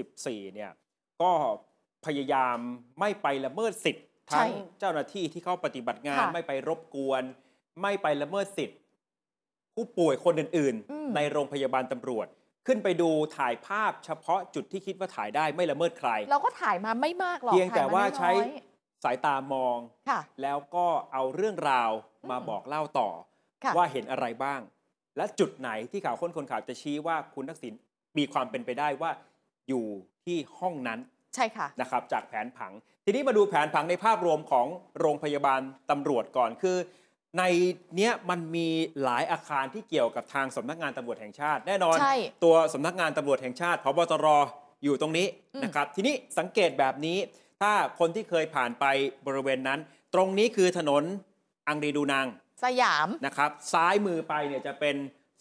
14เนี่ยก็พยายามไม่ไปละเมิดสิทธิ์ทั้งเจ้าหน้าที่ที่เข้าปฏิบัติงานไม่ไปรบกวนไม่ไปละเมิดสิทธิ์ผู้ป่วยคนอื่นๆในโรงพยาบาลตำรวจขึ้นไปดูถ่ายภาพเฉพาะจุดที่คิดว่าถ่ายได้ไม่ละเมิดใครเราก็ถ่ายมาไม่มากหรอกเพียงแต่ว่าใช้สายตามองแล้วก็เอาเรื่องราวมาบอกเล่าต่อว่าเห็นอะไรบ้างและจุดไหนที่ข่าวค้นคนข่าวจะชี้ว่าคุณทักษิณมีความเป็นไปได้ว่าอยู่ที่ห้องนั้นใช่ค่ะนะครับจากแผนผังทีนี้มาดูแผนผังในภาพรวมของโรงพยาบาลตำรวจก่อนคือในเนี้ยมันมีหลายอาคารที่เกี่ยวกับทางสำนักงานตำรวจแห่งชาติแน่นอนตัวสำนักงานตำรวจแห่งชาติผบ.ตร.อยู่ตรงนี้นะครับทีนี้สังเกตแบบนี้ถ้าคนที่เคยผ่านไปบริเวณนั้นตรงนี้คือถนนอังรีดูนังสยามนะครับซ้ายมือไปเนี่ยจะเป็น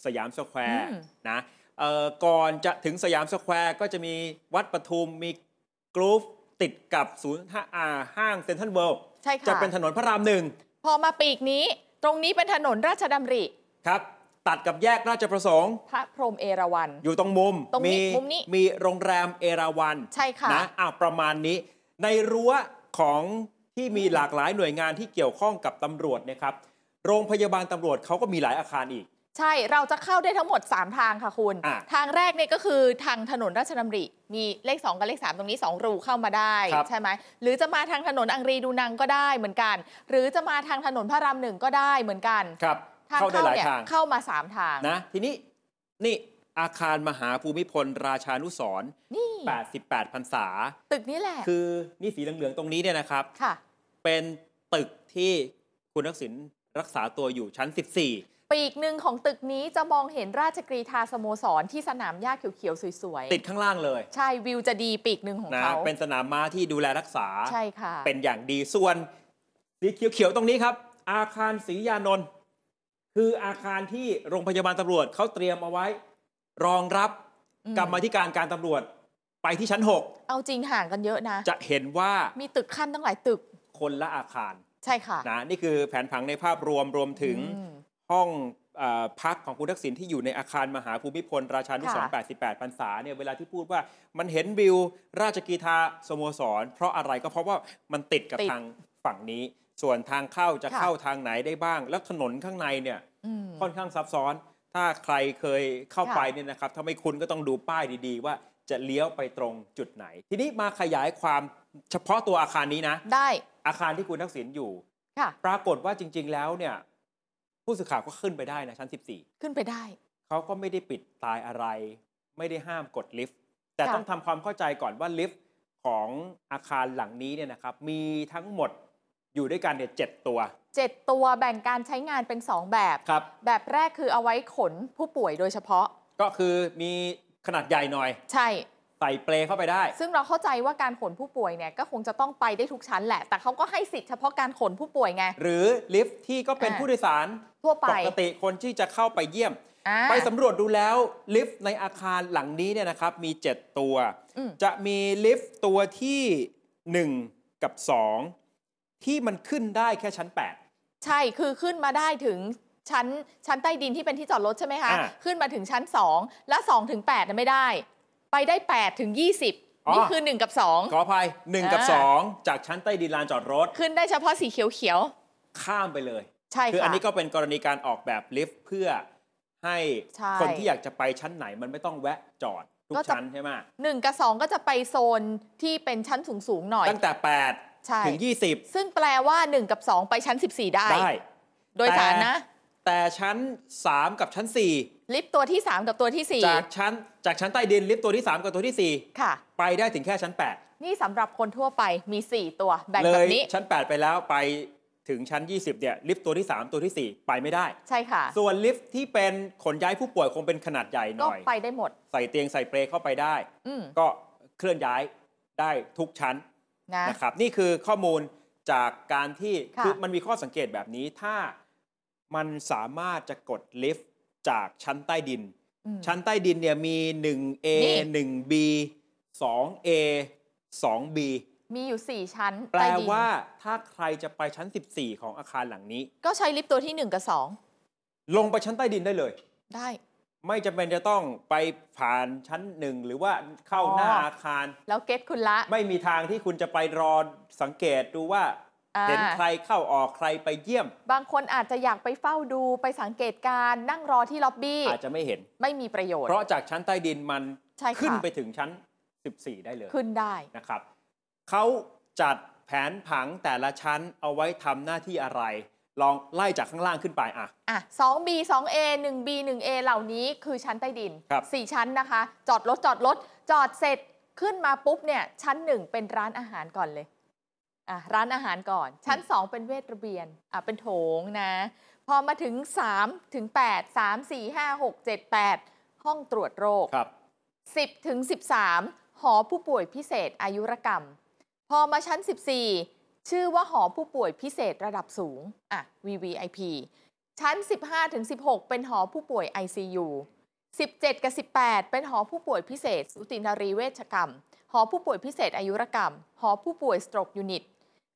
สยามสแควร์นะก่อนจะถึงสยามสแควร์ก็จะมีวัดปทุมมีกรูฟติดกับศูนย์ห้างเซ็นทรัลเวิลด์จะเป็นถนนพระราม 1พอมาปีกนี้ตรงนี้เป็นถนนราชดำริครับตัดกับแยกราชประสงค์พระพรหมเอราวัณอยู่ตรงมุมนี้มีโรงแรมเอราวัณใช่ค่ะนะประมาณนี้ในรั้วของที่มีหลากหลายหน่วยงานที่เกี่ยวข้องกับตำรวจนะครับโรงพยาบาลตำรวจเขาก็มีหลายอาคารอีกใช่เราจะเข้าได้ทั้งหมด3ทางค่ะคุณทางแรกเนี่ยก็คือทางถนนราชดำริมีเลข2กับเลข3ตรงนี้2รูเข้ามาได้ใช่ไหมหรือจะมาทางถนนอังรีดูนังก็ได้เหมือนกันหรือจะมาทางถนนพระราม 1ก็ได้เหมือนกันครับเข้าได้หลายทางเข้ามา3ทางนะทีนี้นี่อาคารมหาภูมิพลราชานุสรณ์88 พรรษาตึกนี้แหละคือนี่สีเหลืองๆตรงนี้เนี่ยนะครับค่ะเป็นตึกที่คุณทักษิณรักษาตัวอยู่ชั้น14 ปีกหนึ่งของตึกนี้จะมองเห็นราชกรีฑาสโมสรที่สนามหญ้าเขียวๆสวยๆติดข้างล่างเลยใช่วิวจะดีปีกหนึ่งของเขาเป็นสนามม้าที่ดูแลรักษาใช่ค่ะเป็นอย่างดีส่วนสีเขียวๆตรงนี้ครับอาคารศรียานนท์คืออาคารที่โรงพยาบาลตำรวจเขาเตรียมเอาไว้รองรับกรรมาธิการตำรวจไปที่ชั้น6 เอาจริงห่างกันเยอะนะจะเห็นว่ามีตึกขั้นตั้งหลายตึกคนละอาคารใช่ค่ะนะนี่คือแผนผังในภาพรวมถึงห้องพักของคุณทักษิณที่อยู่ในอาคารมหาภูมิพลราชานุสรณ์88 พรรษาเนี่ยเวลาที่พูดว่ามันเห็นวิวราชกีฬาสโมสรเพราะอะไรก็เพราะว่ามันติดกับทางฝั่งนี้ส่วนทางเข้าจะเข้าทางไหนได้บ้างแล้วถนนข้างในเนี่ยค่อนข้างซับซ้อนถ้าใครเคยเข้าไปเนี่ยนะครับถ้าไม่คุ้นก็ต้องดูป้ายดีๆว่าจะเลี้ยวไปตรงจุดไหนทีนี้มาขยายความเฉพาะตัวอาคารนี้นะได้อาคารที่คุณทักษิณอยู่ปรากฏว่าจริงๆแล้วเนี่ยผู้สื่อข่าวก็ขึ้นไปได้นะชั้น14 ขึ้นไปได้เขาก็ไม่ได้ปิดตายอะไรไม่ได้ห้ามกดลิฟต์แต่ต้องทำความเข้าใจก่อนว่าลิฟต์ของอาคารหลังนี้เนี่ยนะครับมีทั้งหมดอยู่ด้วยกันเนี่ย7 ตัวแบ่งการใช้งานเป็น2แบบแบบแรกคือเอาไว้ขนผู้ป่วยโดยเฉพาะก็คือมีขนาดใหญ่หน่อยใช่ใส่เปลเข้าไปได้ซึ่งเราเข้าใจว่าการขนผู้ป่วยเนี่ยก็คงจะต้องไปได้ทุกชั้นแหละแต่เขาก็ให้สิทธิ์เฉพาะการขนผู้ป่วยไงหรือลิฟต์ที่ก็เป็นผู้โดยสารทั่วไปปกติคนที่จะเข้าไปเยี่ยมไปสำรวจดูแล้วลิฟต์ในอาคารหลังนี้เนี่ยนะครับมี7 ตัวจะมีลิฟต์ตัวที่1กับ2ที่มันขึ้นได้แค่ชั้น8 ใช่คือขึ้นมาได้ถึงชั้นใต้ดินที่เป็นที่จอดรถใช่ไหมคะขึ้นมาถึงชั้น2และ2ถึง8ไม่ได้ไปได้8ถึง20นี่คือ1กับ2 ขออภัย1กับ2จากชั้นใต้ดินลานจอดรถขึ้นได้เฉพาะสีเขียวข้ามไปเลยใช่ค่ะคืออันนี้ก็เป็นกรณีการออกแบบลิฟต์เพื่อให้คนที่อยากจะไปชั้นไหนมันไม่ต้องแวะจอดทุกชั้นใช่ไหม 1กับ2ก็จะไปโซนที่เป็นชั้นสูงๆหน่อยตั้งแต่8ถึง20 ซึ่งแปลว่า1กับ2ไปชั้น14ได้โดยสารนะแต่ชั้น3กับชั้น4 ลิฟต์ตัวที่3กับตัวที่4 จากชั้นใต้ดินลิฟต์ตัวที่3กับตัวที่4 ค่ะไปได้ถึงแค่ชั้น8 นี่สำหรับคนทั่วไปมี4ตัวแบ่งแบบนี้ชั้น8ไปแล้วไปถึงชั้น20เนี่ยลิฟต์ตัวที่3ตัวที่4ไปไม่ได้ใช่ค่ะส่วนลิฟต์ที่เป็นขนย้ายผู้ป่วยคงเป็นขนาดใหญ่หน่อยก็ไปได้หมดใส่เตียงใส่เปลเข้าไปได้ก็เคลื่อนย้ายได้ทุกชั้นนะครับนี่คือข้อมูลจากการที่คือมันมีข้อสังเกตแบบนี้ถ้ามันสามารถจะกดลิฟต์จากชั้นใต้ดินชั้นใต้ดินเนี่ยมี 1A 1B 2A 2B มีอยู่4ชั้นแปลว่าถ้าใครจะไปชั้น14ของอาคารหลังนี้ก็ใช้ลิฟต์ตัวที่1กับ 2ลงไปชั้นใต้ดินได้เลยได้ไม่จำเป็นจะต้องไปผ่านชั้น1หรือว่าเข้าหน้าอาคารแล้วเก็ตคุณละไม่มีทางที่คุณจะไปรอสังเกตดูว่าเห็นใครเข้าออกใครไปเยี่ยมบางคนอาจจะอยากไปเฝ้าดูไปสังเกตการนั่งรอที่ล็อบบี้อาจจะไม่เห็นไม่มีประโยชน์เพราะจากชั้นใต้ดินมันขึ้นไปถึงชั้น14ได้เลยขึ้นได้นะครับเขาจัดแผนผังแต่ละชั้นเอาไว้ทำหน้าที่อะไรลองไล่จากข้างล่างขึ้นไป 2B 2A 1B 1A เหล่านี้คือชั้นใต้ดิน4ชั้นนะคะจอดรถจอดเสร็จขึ้นมาปุ๊บเนี่ยชั้น1เป็นร้านอาหารก่อนเลยร้านอาหารก่อนชั้น2เป็นเวชระเบียนเป็นโถงนะพอมาถึง3ถึง8 3 4 5 6 7 8ห้องตรวจโรค10ถึง13หอผู้ป่วยพิเศษอายุรกรรมพอมาชั้น14ชื่อว่าหอผู้ป่วยพิเศษระดับสูงVVIP ชั้น 15-16 เป็นหอผู้ป่วย ICU 17 กับ 18 เป็นหอผู้ป่วยพิเศษสูตินรีเวชกรรม หอผู้ป่วยพิเศษอายุรกรรม หอผู้ป่วยสโตรกยูนิต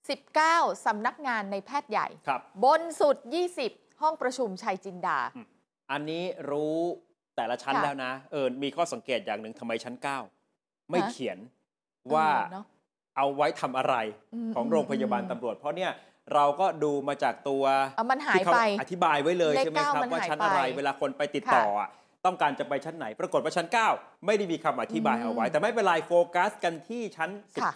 19 สำนักงานในแพทย์ใหญ่ครับบนสุด 20 ห้องประชุมชัยจินดาอันนี้รู้แต่ละชั้นค่ะแล้วนะมีข้อสังเกตอย่างหนึ่งทำไมชั้น 9 ไม่ฮะเขียนว่าเนอะเอาไว้ทำอะไรของโรงพยาบาลตำรวจ เพราะเนี่ยเราก็ดูมาจากตัวมันหายที่เขาไปอธิบายไว้เลยเลขใช่ไหมครับ 9มันว่าหายชั้นอะไรไปเวลาคนไปติดต่ออะต้องการจะไปชั้นไหน ปรากฏว่าชั้น 9 ไม่ได้มีคำอธิบายเอาไว้ แต่ไม่เป็นไรโฟกัสกันที่ชั้นค่ะ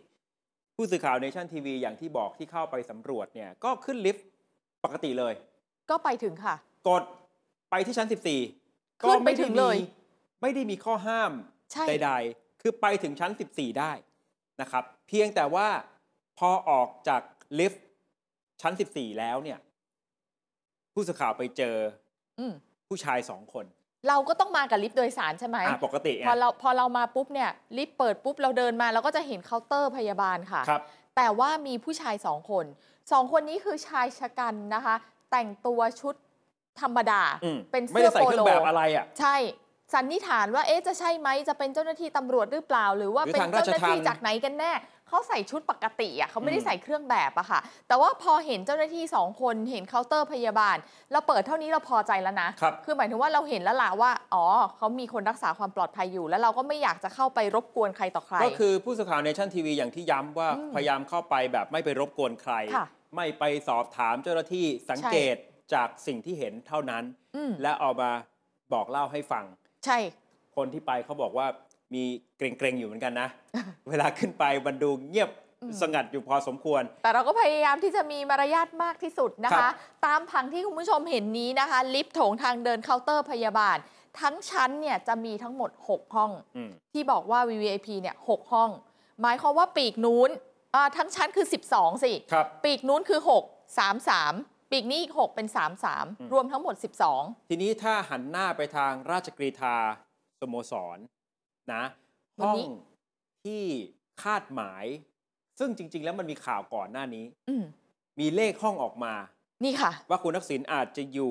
14 ผู้สื่อข่าวเนชั่นทีวีอย่างที่บอกที่เข้าไปสำรวจเนี่ยก็ขึ้นลิฟต์ปกติเลยก็ไปถึงค่ะกดไปที่ชั้น 14 ขึ้นไปถึงเลยไม่ได้มีข้อห้ามใช่ใดๆ คือไปถึงชั้น 14 ได้นะครับ เพียงแต่ว่าพอออกจากลิฟต์ชั้น 14 แล้วเนี่ยผู้สื่อข่าวไปเจออืมผู้ชาย 2 คนเราก็ต้องมากับลิฟต์โดยสารใช่ไหมปกติไงพอเรามาปุ๊บเนี่ยลิฟต์เปิดปุ๊บเราเดินมาเราก็จะเห็นเคาน์เตอร์พยาบาลค่ะครับแต่ว่ามีผู้ชาย 2 คนคนนี้คือชายชะกันนะคะ แต่งตัวชุดธรรมดา เป็นไม่เสื้อได้ใส่โปเครื่โลองแบบอะไรอ่ะใช่ สันนิษฐานว่าจะใช่ไหมจะเป็นเจ้าหน้าที่ตำรวจหรือเปล่า หรือว่าหรือเป็นทางราเจ้าชหน้าที่ทัณฑ์จากไหนกันแน่เขาใส่ชุดปกติอ่ะเขาไม่ได้ใส่เครื่องแบบอะค่ะ แต่ว่าพอเห็นเจ้าหน้าที่2 คนเห็นเคาน์เตอร์พยาบาลเราเปิดเท่านี้เราพอใจแล้วนะครับ คือหมายถึงว่าเราเห็นแล้วล่ะว่าเขามีคนรักษาความปลอดภัยอยู่ แล้วเราก็ไม่อยากจะเข้าไปรบกวนใครต่อใครก็คือผู้สื่อข่าวเนชั่นทีวีอย่างที่ย้ำว่าพยายามเข้าไปแบบไม่ไปรบกวนใครค่ะไม่ไปสอบถามเจ้าหน้าที่สังเกตจากสิ่งที่เห็นเท่านั้น และเอามาบอกเล่าให้ฟังใช่คนที่ไปเขาบอกว่ามีเกรงๆอยู่เหมือนกันนะ เวลาขึ้นไปมันดูเงียบสงัดอยู่พอสมควรแต่เราก็พยายามที่จะมีมารยาทมากที่สุดนะครัคะบตามผังที่คุณผู้ชมเห็นนี้นะคะ ลิฟต์โถงทางเดินเคาน์เตอร์พยาบาล ทั้งชั้นเนี่ยจะมีทั้งหมด 6 ห้อง ที่บอกว่า VVIP เนี่ย 6 ห้อง หมายความว่าปีกนู้นทั้งชั้นคือ 12 สิครับปีกนู้นคือ 6 33 ปีกนี้อีก 6 เป็น 33 รวมทั้งหมด 12 ทีนี้ถ้าหันหน้าไปทางราชกรีฑาสโมสรนะวันห้องนี้ที่คาดหมาย ซึ่งจริง ๆ แล้วมันมีข่าวก่อนหน้านี้อืมมีเลขห้องออกมานี่ค่ะว่าคุณทักษิณอาจจะอยู่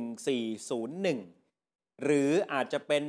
1401 หรืออาจจะเป็น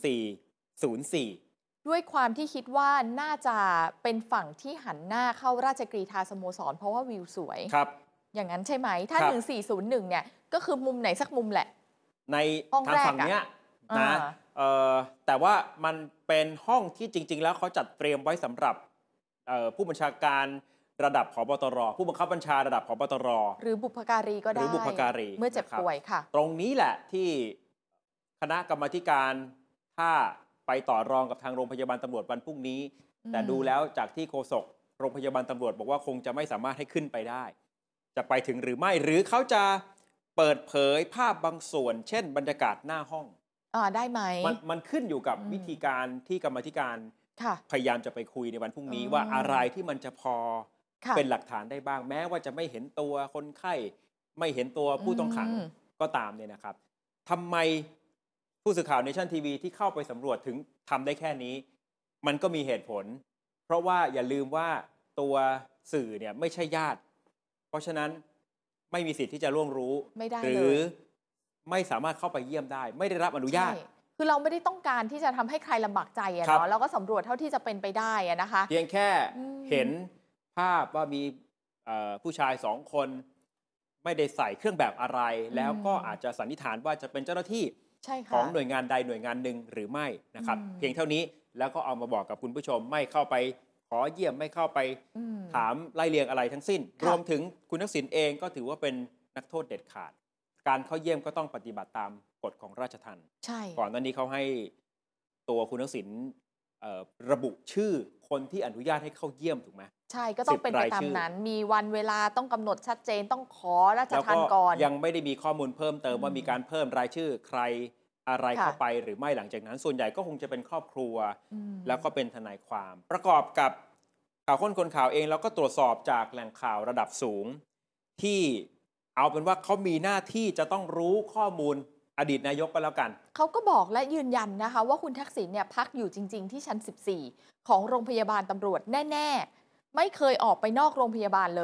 1404 ด้วยความที่คิดว่าน่าจะเป็นฝั่งที่หันหน้าเข้าราชกรีฑาสโมสร เพราะว่าวิวสวยครับอย่างนั้นใช่ไหม ถ้าครับ 1401 เนี่ย ก็คือมุมไหนสักมุมแหละในห้องทางแรกฝั่งเนี้ยอะนะ แต่ว่ามันเป็นห้องที่จริง ๆ แล้วเขาจัดเตรียมไว้สำหรับผู้บัญชาการระดับผบตร ผู้บังคับบัญชาระดับผบตรหรือบุพการีก็ได้หรือบุพการีเมื่อเจ็บนะครับป่วยค่ะตรงนี้แหละที่คณะกรรมาธิการถ้าไปต่อรองกับทางโรงพยาบาลตำรวจวันพรุ่งนี้ แต่ดูแล้วจากที่โฆษกโรงพยาบาลตำรวจบอกว่าคงจะไม่สามารถให้ขึ้นไปได้ จะไปถึงหรือไม่หรือเขาจะเปิดเผยภาพบางส่วน เช่น บรรยากาศหน้าห้องได้ไหมมันขึ้นอยู่กับวิธีการที่กรรมาธิการค่ะพยายามจะไปคุยในวันพรุ่งนี้ว่าอะไรที่มันจะพอค่ะเป็นหลักฐานได้บ้างแม้ว่าจะไม่เห็นตัวคนไข้ไม่เห็นตัวผู้ต้องขังก็ตามเนี่ยนะครับทำไมผู้สื่อข่าวเนชั่นทีวีที่เข้าไปสำรวจถึงทำได้แค่นี้ มันก็มีเหตุผล เพราะว่าอย่าลืมว่าตัวสื่อเนี่ยไม่ใช่ญาติ เพราะฉะนั้นไม่มีสิทธิ์ที่จะล่วงรู้ไม่ได้หรืเลอย ไม่สามารถเข้าไปเยี่ยมได้ ไม่ได้รับอนุญาตใช่คือเราไม่ได้ต้องการที่จะทำให้ใครลำบากใจอะครับเนาะเราก็สำรวจเท่าที่จะเป็นไปได้อะนะคะเพียงแค่เห็นภาพว่ามีผู้ชาย2 คนไม่ได้ใส่เครื่องแบบอะไร แล้วก็อาจจะสันนิษฐานว่าจะเป็นเจ้าหน้าที่ใช่ค่ะของหน่วยงานใดหน่วยงานหนึ่งหรือไม่นะครับ เพียงเท่านี้แล้วก็เอามาบอกกับคุณผู้ชมไม่เข้าไปขอเยี่ยมไม่เข้าไปถามไล่เรียงอะไรทั้งสิ้น รวมถึงคุณทักษิณเองก็ถือว่าเป็นนักโทษเด็ดขาด การเข้าเยี่ยมก็ต้องปฏิบัติตามกฎของราชทัณฑ์ใช่ก่อนหน้านี้เขาให้ตัวคุณทักษิณระบุชื่อคนที่อนุญาตให้เข้าเยี่ยมถูกไหมใช่ก็ต้องเป็นไปตามนั้น มีวันเวลาต้องกำหนดชัดเจนต้องขอราชแล้วทัณก็ฑ์ก่อนยังไม่ได้มีข้อมูลเพิ่มเติมว่ามีการเพิ่มรายชื่อใครอะไรค่ะเข้าไปหรือไม่หลังจากนั้น ส่วนใหญ่ก็คงจะเป็นครอบครัว แล้วก็เป็นทนายความ ประกอบกับข่าวค้นคนข่าวเองเราก็ตรวจสอบจากแหล่งข่าวระดับสูง ที่เอาเป็นว่าเขามีหน้าที่จะต้องรู้ข้อมูลอดีตนายกก็แล้วกันเขาก็บอกและยืนยันนะคะว่าคุณทักษิณเนี่ยพักอยู่จริง ๆ ที่ชั้น 14 ของโรงพยาบาลตำรวจแน่ ๆ ไม่เคยออกไปนอกโรงพยาบาลเลย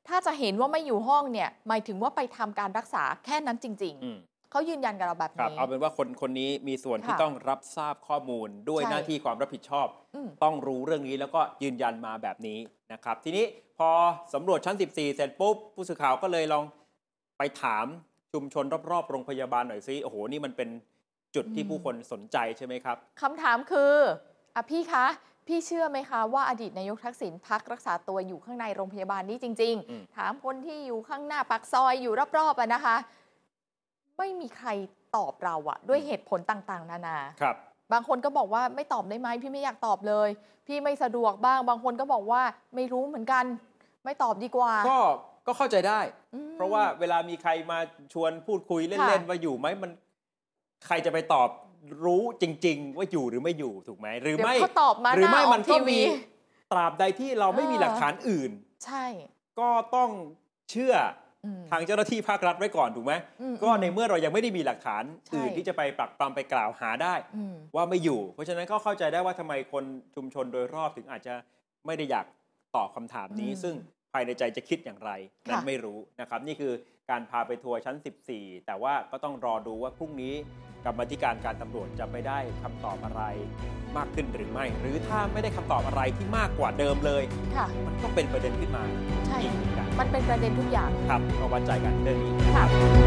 ถ้าจะเห็นว่าไม่อยู่ห้องเนี่ยหมายถึงว่าไปทำการรักษาแค่นั้นจริงๆเขายืนยันกับเราแบบครับนี้เอาเป็นว่าคนนี้มีส่วนที่ค่ะต้องรับทราบข้อมูลด้วยใช่หน้าที่ความรับผิดชอบ ต้องรู้เรื่องนี้แล้วก็ยืนยันมาแบบนี้นะครับ ทีนี้พอสำรวจชั้น 14 เสร็จปุ๊บผู้สื่อข่าวก็เลยลองไปถามชุมชนรอบๆโรงพยาบาลหน่อยซิโอ้โหนี่มันเป็นจุดที่ผู้คนสนใจใช่ไหมครับคำถามคือพี่คะพี่เชื่อไหมคะว่าอดีตนายกทักษิณพักรักษาตัวอยู่ข้างในโรงพยาบาลนี้จริง ๆ ถามคนที่อยู่ข้างหน้าปากซอยอยู่รอบๆนะคะไม่มีใครตอบเราอะด้วยเหตุผลต่างๆนานาครับบางคนก็บอกว่าไม่ตอบได้ไหมพี่ไม่อยากตอบเลย พี่ไม่สะดวกบ้างบางคนก็บอกว่าไม่รู้เหมือนกันไม่ตอบดีกว่าก็เข้าใจได้ เพราะว่าเวลามีใครมาชวนพูดคุยเล่นๆว่าอยู่ไหมมันใครจะไปตอบรู้จริงๆว่าอยู่หรือไม่อยู่ถูกไหมหรือไม่ตอบมาหรือไม่มันก็มีตราบใดที่เราไม่มีหลักฐานอื่นใช่ก็ต้องเชื่อทางเจ้าหน้าที่ภาครัฐไว้ก่อนถูกไหมก็ในเมื่อเรายังไม่ได้มีหลักฐานอื่นที่จะไปปรักปรำไปกล่าวหาได้ว่าไม่อยู่เพราะฉะนั้นก็เข้าใจได้ว่าทำไมคนชุมชนโดยรอบถึงอาจจะไม่ได้อยากตอบคำถามนี้ซึ่งภายในใจจะคิดอย่างไรนั้นไม่รู้นะครับนี่คือการพาไปทัวร์ชั้น 14 แต่ว่าก็ต้องรอดูว่าพรุ่งนี้กรรมาธิการการตำรวจจะไปได้คำตอบอะไรมากขึ้นหรือไม่หรือถ้าไม่ได้คำตอบอะไรที่มากกว่าเดิมเลยมันก็เป็นประเด็นขึ้นมาใช่อีกเหมือนกันมันเป็นประเด็นทุกอย่างครับก็วัดใจกันเรื่องนี้ค่ะ